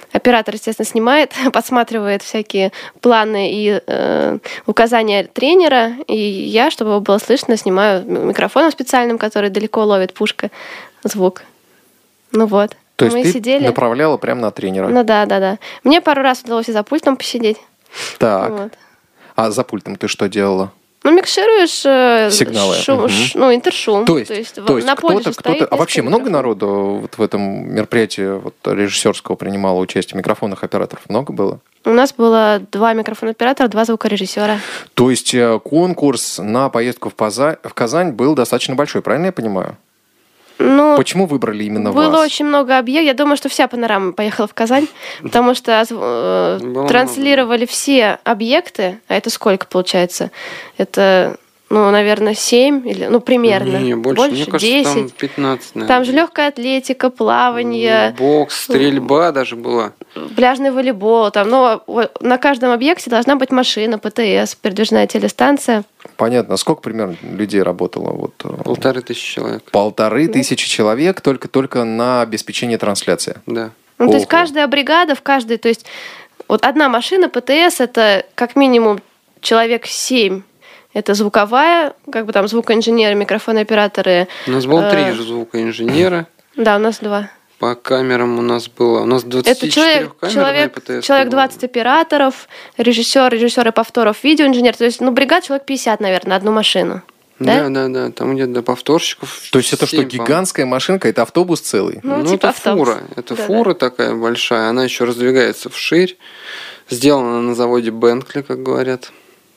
Оператор, естественно, снимает, подсматривает всякие планы и э, указания тренера. И я, чтобы его было слышно, снимаю микрофоном специальным, который далеко ловит пушка звук. Ну вот. То есть Мы ты сидели. направляла прямо на тренера? Ну да, да, да. Мне пару раз удалось и за пультом посидеть. Так. Вот. А за пультом ты что делала? Ну, микшируешь э, Сигналы. шум, Мгм. ш- ну, интершум. То есть, в- то есть на поле кто-то, же кто-то... стоит А вообще несколько много микрофонов. народу вот в этом мероприятии вот, режиссерского принимало участие? Микрофонных операторов много было? У нас было два микрофона оператора, два звукорежиссера. То есть э, конкурс на поездку в, Поза- в Казань был достаточно большой, правильно я понимаю? Ну, Почему выбрали именно было вас? очень много объектов. Я думаю, что вся панорама поехала в Казань, потому что э, Было транслировали все объекты. А это сколько получается? Это, ну, наверное, семь или, ну, примерно. Не, больше, мне кажется, десять. там пятнадцать, наверное. Там же легкая атлетика, плавание, Бокс, стрельба даже была. пляжный волейбол. Там, ну, вот на каждом объекте должна быть машина, ПТС, передвижная телестанция. Понятно. Сколько примерно людей работало? Вот, э, Полторы тысячи человек. полторы тысячи человек только-только на обеспечение трансляции. Да. Ну, то есть Ого. каждая бригада в каждой, то есть вот одна машина ПТС это как минимум человек семь. Это звуковая, как бы там звукоинженеры, микрофон-операторы. У нас было Э, три звукоинженера. Да, у нас два. По камерам у нас было... У нас Это двадцать четыре человек, камеры человек, ПТС. человек двадцать операторов, режиссер, режиссеры повторов, видеоинженер. То есть, ну, бригад человек пятьдесят, наверное, на одну машину. Да, Да? да, да. Там где-то до повторщиков. То есть это что, семь, по-моему. гигантская машинка? Это автобус целый? Ну, Ну, типа это автобус. фура. Это Да-да. фура такая большая. Она еще раздвигается вширь. Сделана на заводе Бентли, как говорят.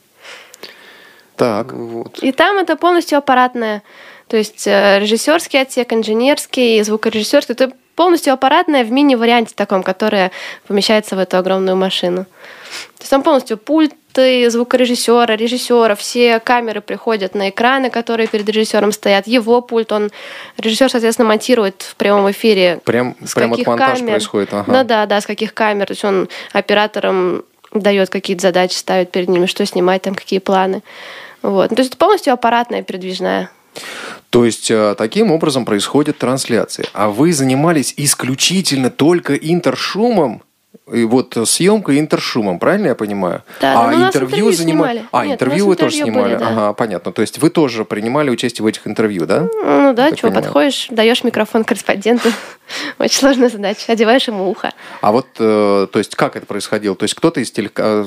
Так. Вот. И там это полностью аппаратное. То есть э, режиссерский отсек, инженерский, звукорежиссерский. Это полностью аппаратное в мини-варианте таком, которое помещается в эту огромную машину. То есть там полностью пульты звукорежиссера, режиссера, все камеры приходят на экраны, которые перед режиссером стоят. Его пульт, он режиссер, соответственно, монтирует в прямом эфире. Прям, С прям вот каких монтаж камер? происходит? Ага. Ну да, да, с каких камер. То есть он операторам дает какие-то задачи, ставит перед ними, что снимать, там какие планы. Вот. Ну, то есть это полностью аппаратная, передвижная. То есть э, таким образом происходят трансляции. А вы занимались исключительно только интершумом? И вот съемка интершумом, правильно я понимаю? Да, а ну, у нас интервью интервью занимали. снимали. А, Нет, интервью у вы нас тоже интервью снимали. были, да. Ага, понятно. То есть вы тоже принимали участие в этих интервью, да? Ну да, Так что, понимаю. подходишь, даешь микрофон корреспонденту. Очень сложная задача. Одеваешь ему ухо. А вот, э, то есть, как это происходило? То есть, кто-то из телека...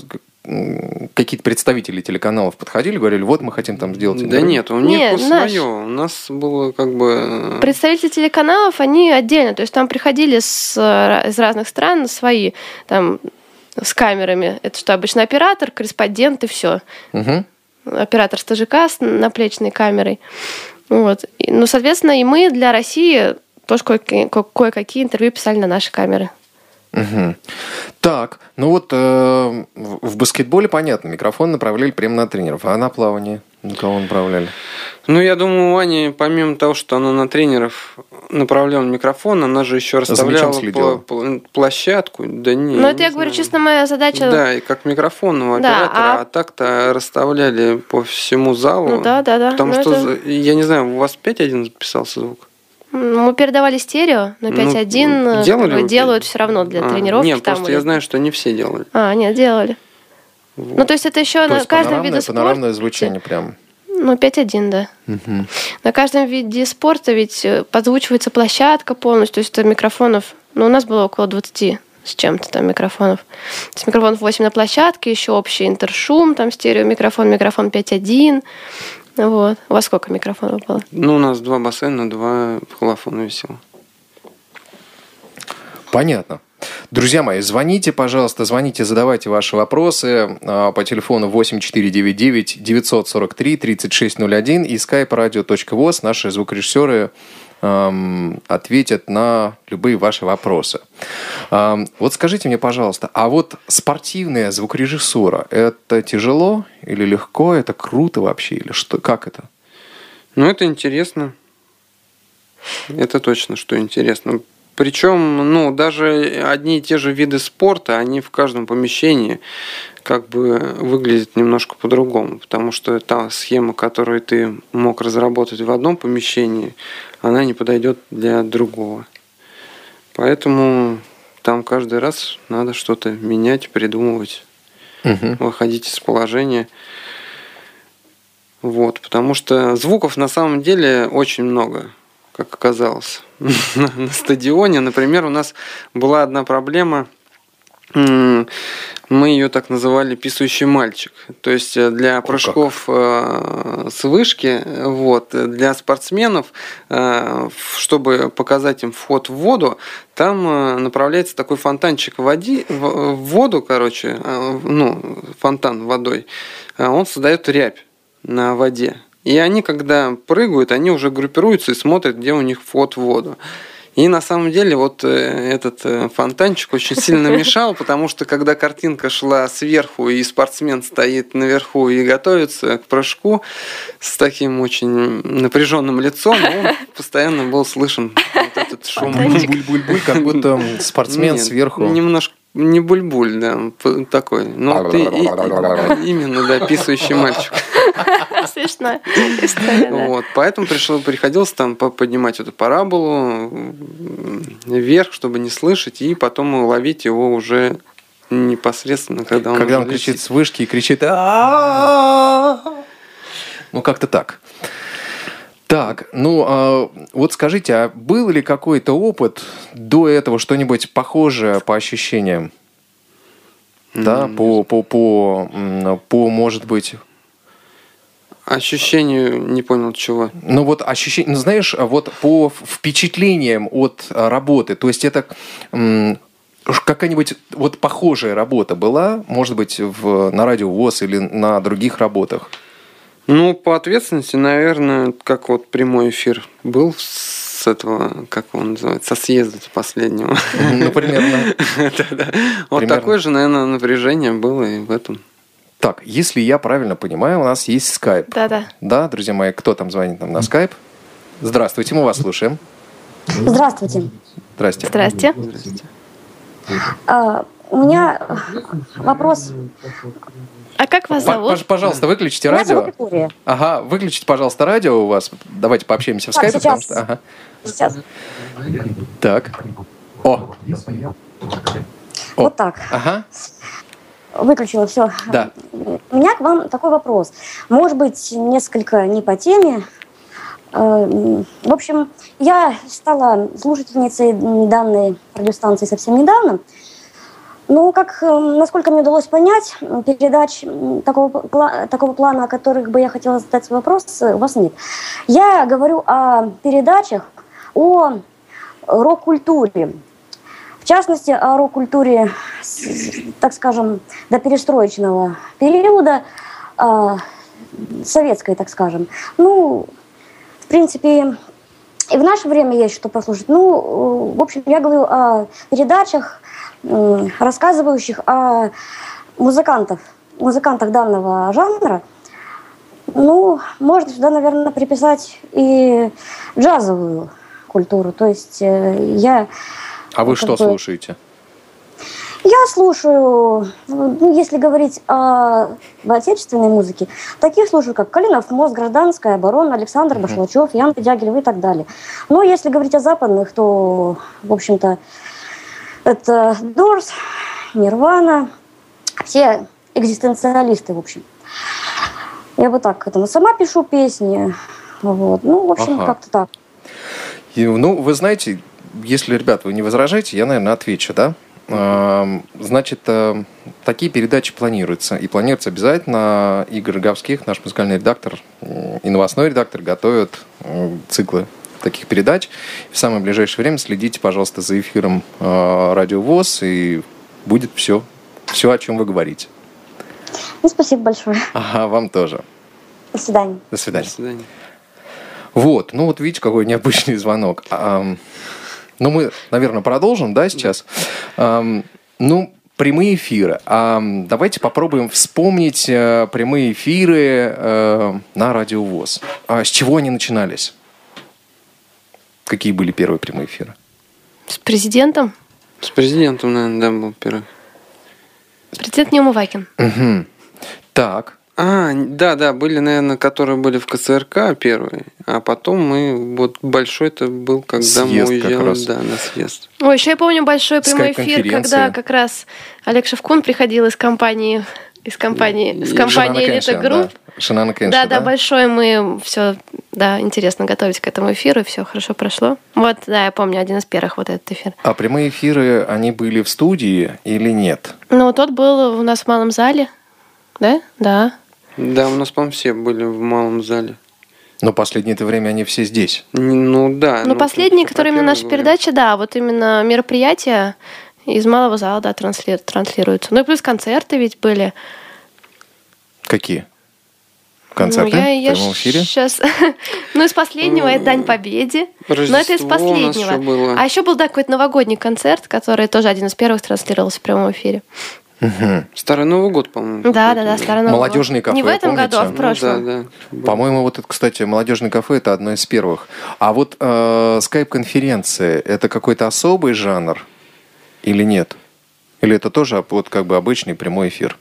м, какие-то представители телеканалов подходили, говорили, вот мы хотим там сделать Да интервью. нет, у них Нет, вот наш. свое. У нас было как бы... Представители телеканалов, они отдельно. То есть там приходили с, э, из разных стран свои, там, с камерами. Это что, обычно оператор, корреспондент и все. Мгм. Оператор с ТЖК с наплечной камерой. Вот. И, ну, соответственно, и мы для России тоже кое- ко- кое-какие интервью писали на наши камеры. Мгм. Так, ну вот э, в в баскетболе понятно, микрофон направляли прямо на тренеров, а на плавании на кого направляли? Ну, я думаю, у Ани, помимо того, что она на тренеров направляла микрофон, она же еще За мячом расставляла следила. пла- пла- площадку. Да не, Но я это, не я говорю, знаю. честно, моя задача... Да, и как микрофонного Да, оператора, а- а... так-то расставляли по всему залу. Ну да, да, да. Потому Ну, что, это- за- я не знаю, у вас пять один записался звук? Мы передавали стерео, но пять один Ну, как делали бы вы делают пять? все равно для А, тренировки. Нет, там просто или- я знаю, что не все делали. А, нет, делали. Вот. Ну, то есть это еще То на есть каждом панорамное, виде спорта... панорамное звучание прям. Ну, пять один, да. Мгм. На каждом виде спорта ведь э, подзвучивается площадка полностью, то есть это микрофонов... Ну, у нас было около двадцати с чем-то там микрофонов. То есть микрофонов восемь на площадке, еще общий интершум, там стереомикрофон, микрофон пять один. Вот. У вас сколько микрофонов было? Ну, у нас два бассейна, два холофона висело. Понятно. Друзья мои, звоните, пожалуйста, звоните, задавайте ваши вопросы а, по телефону восемь четыре девять девять девятьсот сорок три тридцать шесть ноль один и skype radio.voz. Наши звукорежиссеры эм, ответят на любые ваши вопросы. Эм, вот скажите мне, пожалуйста, а вот спортивная звукорежиссура, это тяжело или легко, это круто вообще, или что, как это? Ну, это интересно. Это точно, что интересно. Причем, ну, даже одни и те же виды спорта, они в каждом помещении как бы выглядят немножко по-другому, потому что та схема, которую ты мог разработать в одном помещении, она не подойдет для другого. Поэтому там каждый раз надо что-то менять, придумывать, Мгм. выходить из положения. Вот, потому что звуков на самом деле очень много, как оказалось. На на стадионе, например, у нас была одна проблема. М, Мы ее так называли «писающий мальчик». То есть э, для прыжков э, с вышки, э, вот, э, для спортсменов, э, в- чтобы показать им вход в воду, там э, направляется такой фонтанчик води, в, в воду, короче, э, ну, фонтан водой. Э, Он создает рябь на воде. И они, когда прыгают, они уже группируются и смотрят, где у них вход в воду. И на самом деле вот э, этот э, фонтанчик очень сильно мешал, потому что когда картинка шла сверху, и спортсмен стоит наверху и готовится к прыжку с таким очень напряженным лицом, он постоянно был слышен вот этот шум. Буль-буль-буль, как будто спортсмен Нет, сверху. Немножко не буль-буль, да, п- такой. Ну, ты и- и- именно, да, писающий мальчик. Смешная история, да. Вот, поэтому пришло, приходилось там по- поднимать эту параболу м, вверх, чтобы не слышать, и потом ловить его уже непосредственно, когда он Когда уже он кричит летит. с вышки и кричит «А-а-а!». Ну, как-то так. Так, ну, а, вот скажите, а был ли какой-то опыт до этого, что-нибудь похожее по ощущениям? Да, по, по, по, м, по, может быть... Ощущению не понял чего. Ну вот ощущение, ну знаешь, вот по впечатлениям от а, работы, то есть это м, уж какая-нибудь вот похожая работа была, может быть, в, на радио ВОС или на других работах? Ну, по ответственности, наверное, как вот прямой эфир был с этого, как он называется, со съезда последнего. Ну, примерно. Да-да. Вот Примерно. такое же, наверное, напряжение было и в этом. Так, если я правильно понимаю, у нас есть скайп. Да-да. Да, друзья мои, кто там звонит нам на скайп? Здравствуйте, мы вас слушаем. Здравствуйте. Здрасте. Здрасте. А, у меня вопрос. А как вас П- зовут? пож- Пожалуйста, выключите Меня радио. зовут Виктория. Ага, выключите, пожалуйста, радио у вас. Давайте пообщаемся в Так, скайпе, потому сейчас. что... Ага. Сейчас. Так. О. О. Вот так. Ага, Выключила все. да. У меня к вам такой вопрос. Может быть, несколько не по теме. Э, В общем, я стала слушательницей данной радиостанции совсем недавно. Ну, как, э, насколько мне удалось понять, передач м, такого, пла- такого плана, о которых бы я хотела задать свой вопрос, э, у вас нет. Я говорю о передачах, о рок-культуре. В частности, о рок-культуре, с- так скажем, до перестроечного периода, а, советской, так скажем. Ну, в принципе, и в наше время есть что послушать. Ну, в общем, я говорю о передачах, м, рассказывающих о музыкантах, музыкантах данного жанра. Ну, можно сюда, наверное, приписать и джазовую культуру. То есть э, я... А вы как что бы- слушаете? Я слушаю, ну, если говорить о, об отечественной музыке, таких слушаю, как Калинов мост, Гражданская оборона, Александр Башлачев, Ян Дягилев и так далее. Но если говорить о западных, то, в общем-то, это Doors, Нирвана, все экзистенциалисты, в общем. Я вот так к этому сама пишу песни. Вот. Ну, в общем, Ага. как-то так. И, ну, вы знаете, если, ребят, вы не возражаете, я, наверное, отвечу, да? Эм, Значит, э, такие передачи планируются. И планируется обязательно. Игорь Говских, наш музыкальный редактор э, и новостной редактор, готовят э, циклы таких передач. В самое ближайшее время следите, пожалуйста, за эфиром э, Радио ВОС, и будет все, все, о чем вы говорите. Ну, спасибо большое. Ага, вам тоже. До свидания. До свидания. До свидания. Вот, ну вот видите, какой необычный звонок. Ам, ну, мы, наверное, продолжим, да, сейчас? Ам, ну, прямые эфиры. Ам, давайте попробуем вспомнить э, прямые эфиры э, на Радио ВОС. А с чего они начинались? Какие были первые прямые эфиры? С президентом? С президентом, наверное, да, был первый. Президент Неумывакин. Угу. Так, А, да, да, были, наверное, которые были в ка эс эр ка первые, а потом мы, вот большой-то был, когда Съезд мы как уезжали, раз. да, на съезд. Ой, еще я помню большой прямой эфир, Скайп-конференция. когда как раз Олег Шевкун приходил из компании, из компании, из компании Элита Групп. Шинана Кенши, Да, да, большой, мы все, да, интересно готовились к этому эфиру, и все хорошо прошло. Вот, да, я помню, один из первых вот этот эфир. А прямые эфиры, они были в студии или нет? Ну, тот был у нас в малом зале, да? Да. Да, у нас, по-моему, все были в малом зале. Но последнее-то время они все здесь. Ну, да. Ну, последние, которые именно наша передача, да, вот именно мероприятия из малого зала, да, трансли- транслируются. Ну, и плюс концерты ведь были. Какие? Концерты Ну, я, я в прямом эфире? Сейчас... ну, из последнего это «Дань Победе». Но это из Рождество у нас последнего. еще было. А еще был, да, какой-то новогодний концерт, который тоже один из первых транслировался в прямом эфире. Угу. Старый Новый год, по-моему. Да, да, да, Старый Новый год. Молодежные кафе, Не в этом помните? году, а в прошлом. Ну, да, да. По-моему, вот это, кстати, молодежное кафе это одно из первых. А вот э, скайп-конференция это какой-то особый жанр или нет? Или это тоже вот как бы обычный прямой эфир?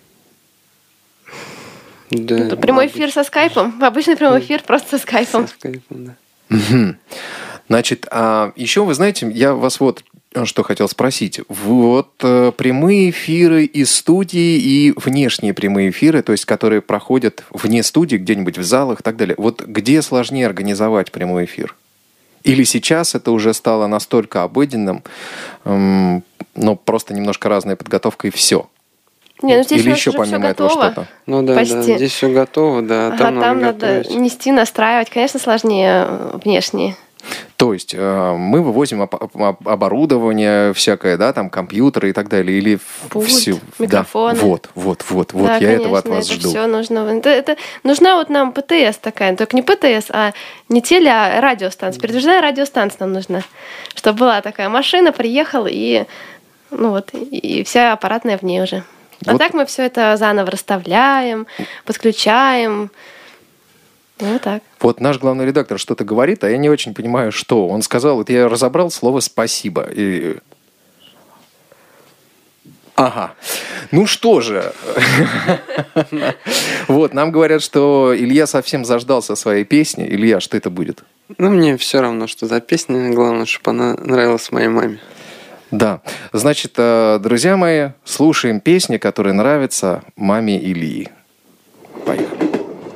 Да, Это прямой эфир со скайпом. Обычный прямой эфир просто со скайпом. Со скайпом, да. Угу. Значит, а еще вы знаете, я вас вот что хотел спросить. Вот э, прямые эфиры из студии и внешние прямые эфиры, то есть которые проходят вне студии, где-нибудь в залах и так далее. Вот где сложнее организовать прямой эфир? Или сейчас это уже стало настолько обыденным, эм, но просто немножко разная подготовка и все? Не, ну здесь Или у нас еще уже помимо все этого готово. что-то? Ну да, Почти. да, здесь все готово, да, а Ага, там, там надо надо готовить. нести, настраивать. Конечно, сложнее э, внешние. То есть э, мы вывозим об- об- оборудование всякое, да, там компьютеры и так далее, или Пульт, все. микрофоны. Да, вот, вот, вот, вот, Да, я конечно, этого от вас это жду. все нужно. Это, это нужна вот нам ПТС такая, только не ПТС, а не теле, а радиостанция. Передвижная радиостанция нам нужна, чтобы была такая машина, приехал и ну вот и вся аппаратная в ней уже. А Вот. так мы все это заново расставляем, подключаем. Ну, вот так. Вот наш главный редактор что-то говорит, а я не очень понимаю, что. Он сказал, вот я разобрал слово «спасибо». И... Ага. Ну что же. Вот, нам говорят, что Илья совсем заждался своей песни. Илья, что это будет? Ну, мне все равно, что за песня. Главное, чтобы она нравилась моей маме. Да. Значит, друзья мои, слушаем песни, которые нравятся маме Ильи. Поехали.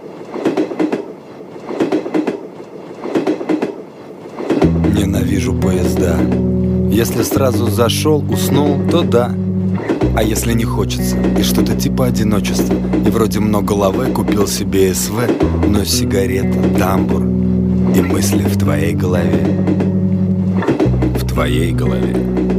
Ненавижу поезда. Если сразу зашел, уснул, то да. А если не хочется, и что-то типа одиночества, и вроде много лавы, купил себе СВ, но сигарета, тамбур и мысли в твоей голове. В твоей голове.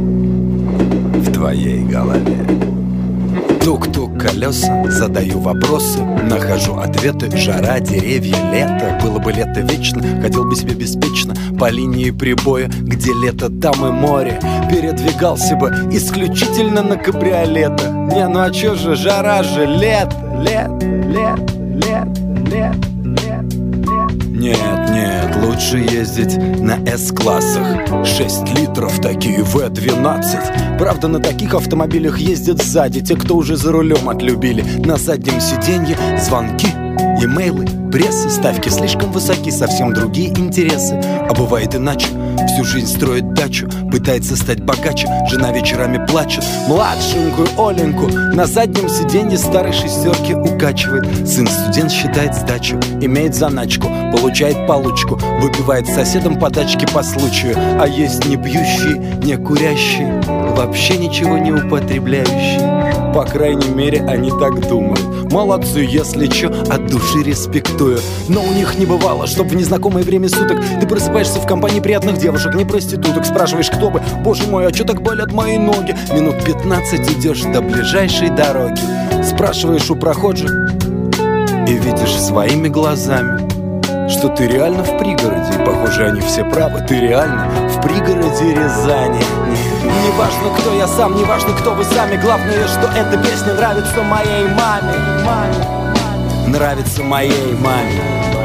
В твоей голове. Тук-тук колеса, задаю вопросы, нахожу ответы. Жара, деревья, лето. Было бы лето вечно, хотел бы себе беспечно по линии прибоя, где лето, там и море. Передвигался бы исключительно на кабриолетах. Не, ну а чё же, жара же, лето, лето, лето, лето, лето, лето. Нет, нет, лучше ездить на С-классах. Шесть литров, такие вэ двенадцать. Правда, на таких автомобилях ездят сзади те, кто уже за рулем отлюбили. На заднем сиденье звонки, имейлы, пресса. Ставки слишком высоки, совсем другие интересы. А бывает иначе. Всю жизнь строит дачу, пытается стать богаче. Жена вечерами плачет, младшенькую Оленьку на заднем сиденье старой шестерки укачивает. Сын студент считает сдачу, имеет заначку, получает получку, выпивает с соседом подачки по случаю. А есть не пьющие, не курящие, вообще ничего не употребляющие. По крайней мере, они так думают. Молодцы, если чё, от души респектую. Но у них не бывало, чтоб в незнакомое время суток ты просыпаешься в компании приятных девушек, не проституток. Спрашиваешь, кто бы, боже мой, а чё так болят мои ноги? Минут пятнадцать идешь до ближайшей дороги. Спрашиваешь у прохожих и видишь своими глазами, что ты реально в пригороде. И похоже, они все правы, ты реально в пригороде Рязани. Не важно, кто я сам, не важно, кто вы сами. Главное, что эта песня нравится моей маме. Маме. Нравится моей маме.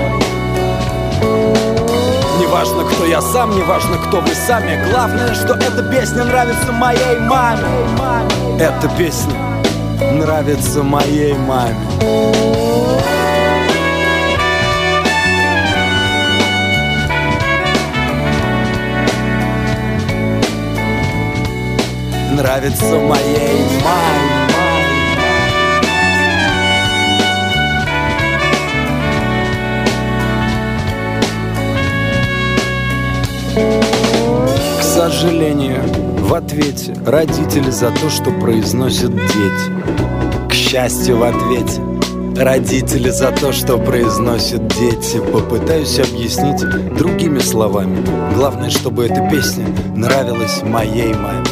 Не важно, кто я сам, не важно, кто вы сами. Главное, что эта песня нравится моей маме. Эта песня нравится моей маме. Нравится моей маме. К сожалению, в ответе родители за то, что произносят дети. К счастью, в ответе родители за то, что произносят дети. Попытаюсь объяснить другими словами. Главное, чтобы эта песня нравилась моей маме.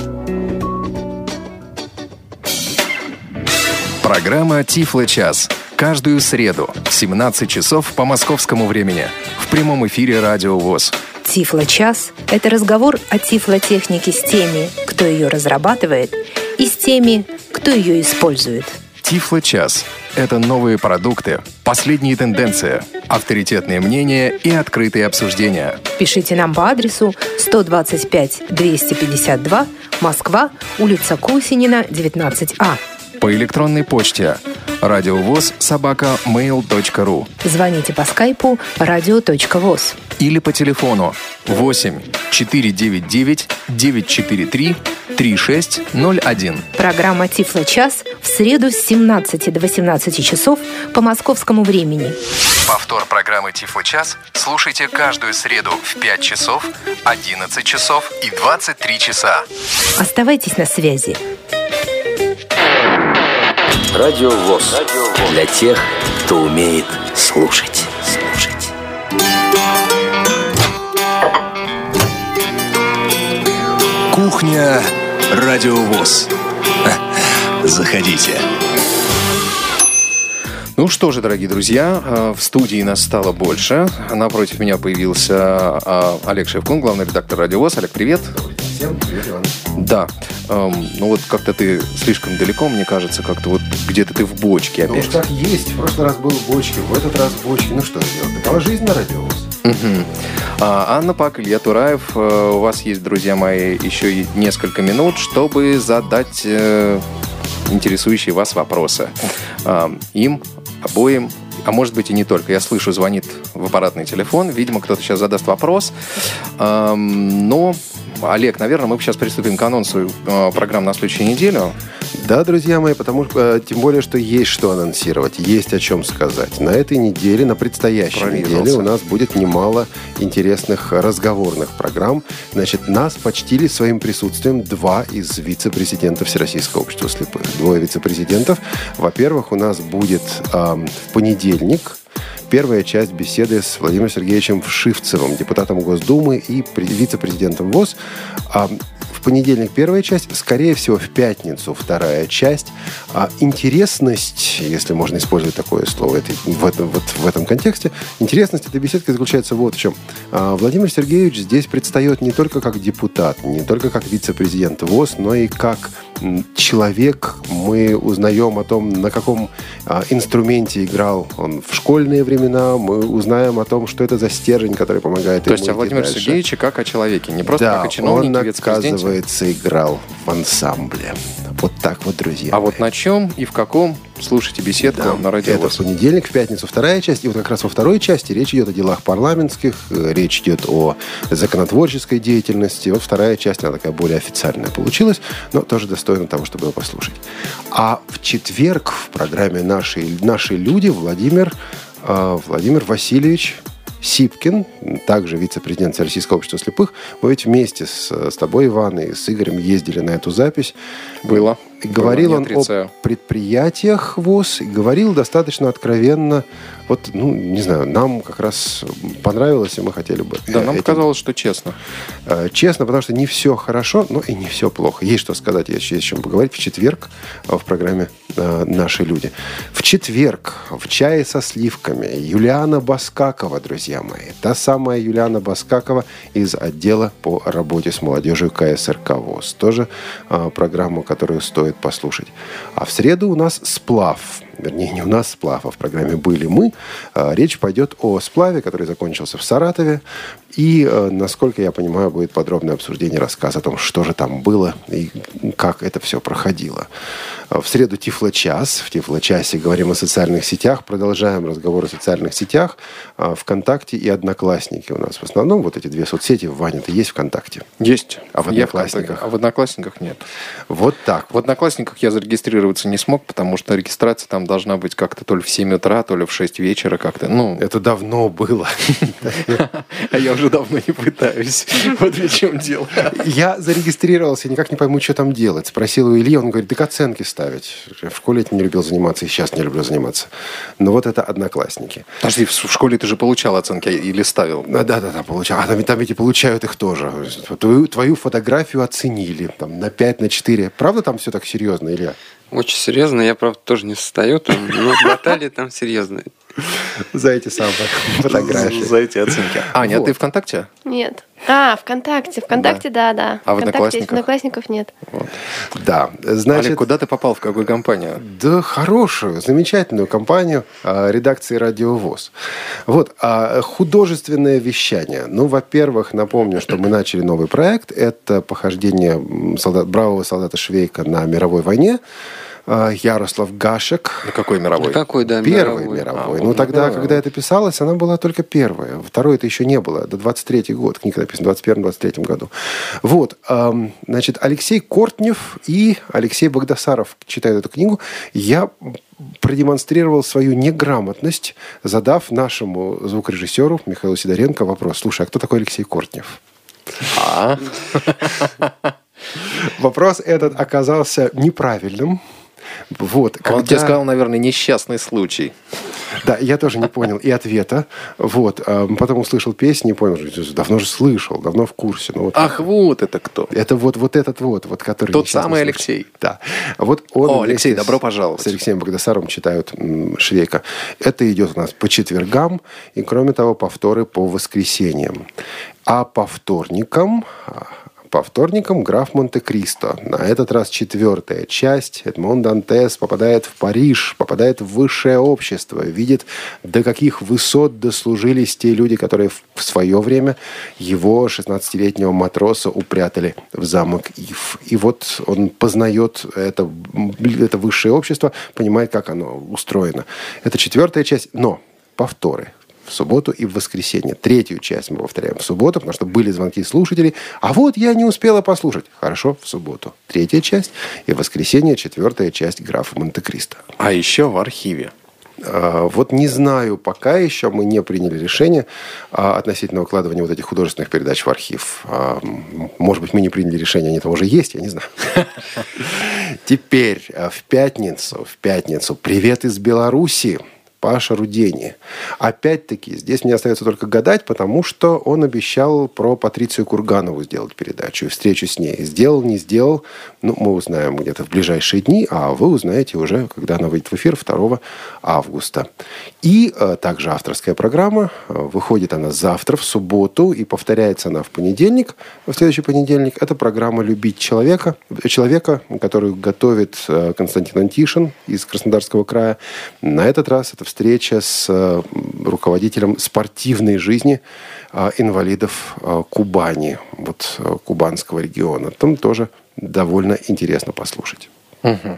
Программа «Тифло-час». Каждую среду в семнадцать часов по московскому времени. В прямом эфире Радио ВОС. Тифло-час – это разговор о тифлотехнике с теми, кто ее разрабатывает, и с теми, кто ее использует. Тифло-час – это новые продукты, последние тенденции, авторитетные мнения и открытые обсуждения. Пишите нам по адресу сто двадцать пять двести пятьдесят два, Москва, улица Кусинина, девятнадцать А. По электронной почте радиовоз собака мейл точка ру. Звоните по скайпу радио.воз. Или по телефону восемь четыре девять девять девять четыре три три шесть ноль один. Программа «Тифло-час» в среду с семнадцати до восемнадцати часов по московскому времени. Повтор программы «Тифло-час» слушайте каждую среду в пять часов, одиннадцать часов и двадцать три часа. Оставайтесь на связи. Радио ВОС. Для тех, кто умеет слушать. Слушать. Кухня Радио ВОС. Заходите. Ну что же, дорогие друзья, в студии нас стало больше. Напротив меня появился Олег Шевкун, главный редактор Радио ВОС. Олег, привет. Всем привет, Иван. Да. Эм, ну вот как-то ты слишком далеко, мне кажется, как-то вот где-то ты в бочке опять. Ну уж как есть. В прошлый раз был в бочке, в этот раз в бочке. Ну что делать? Такова жизнь на Радио ВОС. Угу. А, Анна Пак, Илья Тураев. Э, у вас есть, друзья мои, еще и несколько минут, чтобы задать э, интересующие вас вопросы. Э, им, обоим, а может быть и не только. Я слышу, звонит в аппаратный телефон. Видимо, кто-то сейчас задаст вопрос. Э, но... Олег, наверное, мы сейчас приступим к анонсу э, программ на следующую неделю. Да, друзья мои, потому что, э, тем более, что есть что анонсировать, есть о чем сказать. На этой неделе, на предстоящей Прорезался. неделе у нас будет немало интересных разговорных программ. Значит, нас почтили своим присутствием два из вице-президентов Всероссийского общества слепых. Двое вице-президентов. Во-первых, у нас будет э, в понедельник первая часть беседы с Владимиром Сергеевичем Вшивцевым, депутатом Госдумы и вице-президентом ВОС. А в понедельник первая часть, скорее всего, в пятницу вторая часть. А интересность, если можно использовать такое слово это, в, этом, вот, в этом контексте, интересность этой беседки заключается вот в чем. А Владимир Сергеевич здесь предстает не только как депутат, не только как вице-президент ВОС, но и как человек. Мы узнаем о том, на каком а, инструменте играл он в школьные времена. Мы узнаем о том, что это за стержень, который помогает То ему есть о Владимире дальше. Сергеевиче как о человеке, не просто Да, как о чиновнике, он, вице-президенте. оказывается, играл в ансамбле. Вот так вот, друзья. А вот на чем и в каком слушайте беседку Да, на Радио это ВОС. в понедельник, в пятницу вторая часть. И вот как раз во второй части речь идет о делах парламентских, э, речь идет о законотворческой деятельности. Вот вторая часть, она такая более официальная получилась, но тоже достойна того, чтобы ее послушать. А в четверг в программе «Наши, наши люди» Владимир, э, Владимир Васильевич Сипкин, также вице-президент Всероссийского общества слепых. Мы ведь вместе с, с тобой, Иван, и с Игорем ездили на эту запись. Было. И говорил Было, он не отрицаю. о предприятиях ВОС, и говорил достаточно откровенно. Вот, ну, не знаю, нам как раз понравилось, и мы хотели бы... Да, нам этим- показалось, что честно. Э, Честно, потому что не все хорошо, но и не все плохо. Есть что сказать, есть о чем поговорить в четверг э, в программе э, «Наши люди». В четверг в «Чае со сливками» Юлиана Баскакова, друзья мои. Та самая Юлиана Баскакова из отдела по работе с молодежью ка эс эр ка ВОС. Тоже э, программу, которую стоит послушать. А в среду у нас «Сплав». Вернее, не у нас сплав, а в программе «Были мы». А, Речь пойдет о сплаве, который закончился в Саратове. И, э, насколько я понимаю, будет подробное обсуждение, рассказ о том, что же там было и как это все проходило. А В среду Тифло-час. В Тифло-часе говорим о социальных сетях. Продолжаем разговор о социальных сетях. А, ВКонтакте и Одноклассники у нас в основном. Вот эти две соцсети. Ваня, ты есть ВКонтакте? Есть. А в Одноклассниках? А в Одноклассниках нет. Вот так. В Одноклассниках я зарегистрироваться не смог, потому что регистрация там должна быть как-то то ли в семь утра, то ли в шесть вечера как-то. Ну, это давно было. А я уже давно не пытаюсь. Вот в чем дело. Я зарегистрировался, никак не пойму, что там делать. Спросил у Ильи, он говорит, так оценки ставить. В школе этим не любил заниматься, и сейчас не люблю заниматься. Но вот это Одноклассники. Подожди, в школе ты же получал оценки или ставил? Да-да-да, получал. А там, там ведь и получают их тоже. Твою, твою фотографию оценили там, на пять, на четыре. Правда там все так серьезно, Илья? Очень серьезно. Я, правда, тоже не состою там, но баталии там серьезные. За эти самые фотографии. За эти оценки. Аня, а ты ВКонтакте? Нет. А, ВКонтакте. ВКонтакте, да, да. А в ВКонтакте Одноклассниках? есть, в Одноклассников нет. Да, значит... Олег, куда ты попал, в какую компанию? Да, хорошую, замечательную компанию а, редакции «Радио ВОС». Вот, а, художественное вещание. Ну, во-первых, напомню, что мы начали новый проект. Это похождение солдат, бравого солдата Швейка на мировой войне. Ярослав Гашек. На какой мировой? Какой, да, Первый мировой. мировой. А, ну, вот тогда, мировой. когда это писалось, она была только первая. Второй это еще не было. До двадцать третий год. Книга написана в двадцать первом - двадцать третьем году. Вот. Эм, значит, Алексей Кортнев и Алексей Багдасаров читают эту книгу. Я продемонстрировал свою неграмотность, задав нашему звукорежиссеру Михаилу Сидоренко вопрос. Слушай, а кто такой Алексей Кортнев? А? Вопрос этот оказался неправильным. Вот, Он когда... тебе сказал, наверное, несчастный случай. Да, я тоже не понял и ответа. Вот, а потом услышал песню, не понял, давно же слышал, давно в курсе. Ну, вот, Ах, вот это кто? это вот, вот этот вот, вот который... Тот несчастный самый случай. Алексей. Да. Вот он О, Алексей, вместе добро с- пожаловать. С Алексеем Багдасаровым читают м, Швейка. Это идет у нас по четвергам, и, кроме того, повторы по воскресеньям. А по вторникам... По вторникам «Граф Монте-Кристо». На этот раз четвертая часть. Эдмон Дантес попадает в Париж, попадает в высшее общество, видит, до каких высот дослужились те люди, которые в в свое время его, шестнадцатилетнего матроса, упрятали в замок Ив. И вот он познает это, это высшее общество, понимает, как оно устроено. Это четвертая часть, но повторы. В субботу и в воскресенье. Третью часть мы повторяем в субботу, потому что были звонки слушателей. А вот я не успела послушать. Хорошо, в субботу. Третья часть. И в воскресенье четвертая часть «Графа Монте-Кристо». А еще в архиве. А, Вот не знаю, пока еще мы не приняли решение а, относительно укладывания вот этих художественных передач в архив. А, м, Может быть, мы не приняли решение, они там уже есть, я не знаю. Теперь а, в пятницу, в пятницу «Привет из Беларуси». Паша Рудени. Опять-таки, здесь мне остается только гадать, потому что он обещал про Патрицию Курганову сделать передачу и встречу с ней. Сделал, не сделал, ну, мы узнаем где-то в ближайшие дни, а вы узнаете уже, когда она выйдет в эфир второго августа. И э, также авторская программа. Э, выходит она завтра, в субботу, и повторяется она в понедельник, в следующий понедельник. Это программа «Любить человека», человека, которую готовит э, Константин Антишин из Краснодарского края. На этот раз это встреча с э, руководителем спортивной жизни э, инвалидов э, Кубани, вот э, кубанского региона. Там тоже довольно интересно послушать. Угу.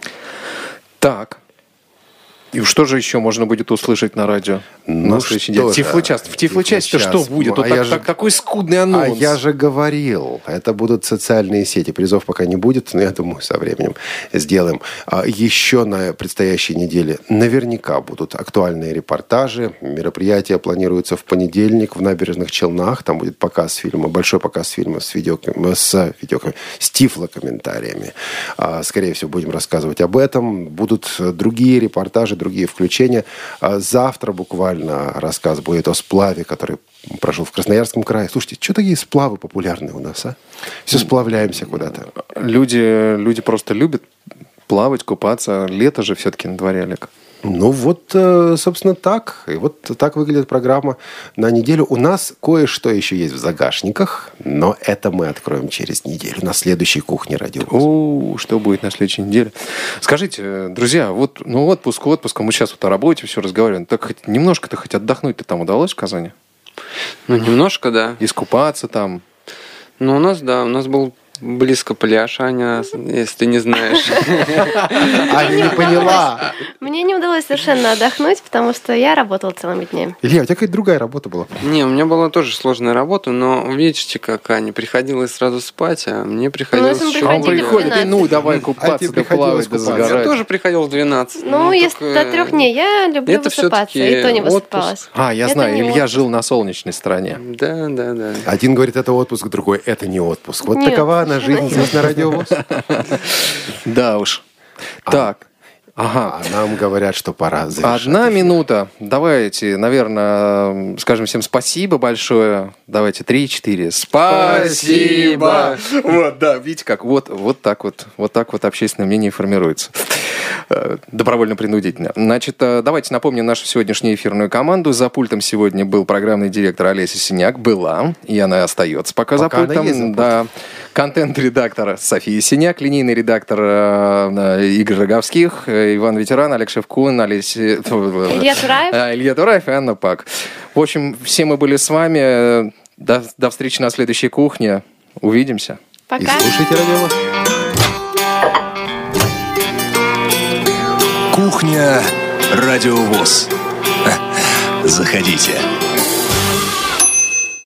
Так. И что же еще можно будет услышать на радио? Ну на следующей что неделе? же, Тифлочас. В Тифлочасе-то что Тифлочас. будет? А Вот я так- же- так- такой скудный А анонс. я же говорил, это будут социальные сети. Призов пока не будет, но я думаю, со временем сделаем. А еще на предстоящей неделе наверняка будут актуальные репортажи. Мероприятия планируются в понедельник в Набережных Челнах. Там будет показ фильма, большой показ фильма с, видео, с, видео, с тифлокомментариями. А, Скорее всего, будем рассказывать об этом. Будут другие репортажи, другие включения. А Завтра буквально рассказ будет о сплаве, который прошел в Красноярском крае. Слушайте, что такие сплавы популярные у нас, а? Все сплавляемся куда-то. Люди, люди просто любят плавать, купаться. Лето же все-таки на дворе, Олег. Ну вот, э, собственно, так. И вот так выглядит программа на неделю. У нас кое-что еще есть в загашниках, но это мы откроем через неделю на следующей кухне радио. О, что будет на следующей неделе? Скажите, друзья, вот ну отпуск отпуском, мы сейчас вот о работе все разговариваем. Так хоть немножко-то хоть отдохнуть-то там удалось в Казани? Ну, немножко, да. Искупаться там. Ну, у нас, да, у нас был Близко пляж, Аня, если ты не знаешь. Аня не поняла. Мне не удалось совершенно отдохнуть, потому что я работала целыми днями. Илья, у тебя какая-то другая работа была. Не, у меня была тоже сложная работа, но видите, как Аня приходилось сразу спать, а мне приходилось Ну, если еще мы Он приходили в приходит, и двенадцать. ну, давай А купаться, тебе да приходилось плавать, да купаться. Я загорать. тоже приходил в двенадцать. Ну, если только до трех дней, я люблю это высыпаться, всё-таки и то не отпуск. высыпалась. А, я Это знаю, не Илья отпуск. жил на солнечной стороне. Да, да, да. Один говорит, это отпуск, другой, это не отпуск. Вот Нет, такова она жизнь совершенно здесь на Радио ВОС. Да уж. Так. Ага. А нам говорят, что пора завершать. Одна эфир. минута. Давайте, наверное, скажем всем спасибо большое. Давайте три-четыре. Спасибо. Вот, да, видите как? Вот, вот так вот, вот так вот общественное мнение формируется. Э, Добровольно-принудительно. Значит, э, давайте напомним нашу сегодняшнюю эфирную команду. За пультом сегодня был программный директор Олеся Синяк. Была, и она остается пока, Пока за она пультом. есть за пультом. Да. Контент-редактор София Синяк, линейный редактор э, э, Игорь Роговских, э, Иван Ветеран, Олег Шевкун, Олеся... Илья Тураев. А, Илья Тураев и Анна Пак. В общем, все мы были с вами. До, до встречи на следующей кухне. Увидимся. И Пока. слушайте Радио ВОС. Кухня Радио ВОС. Заходите.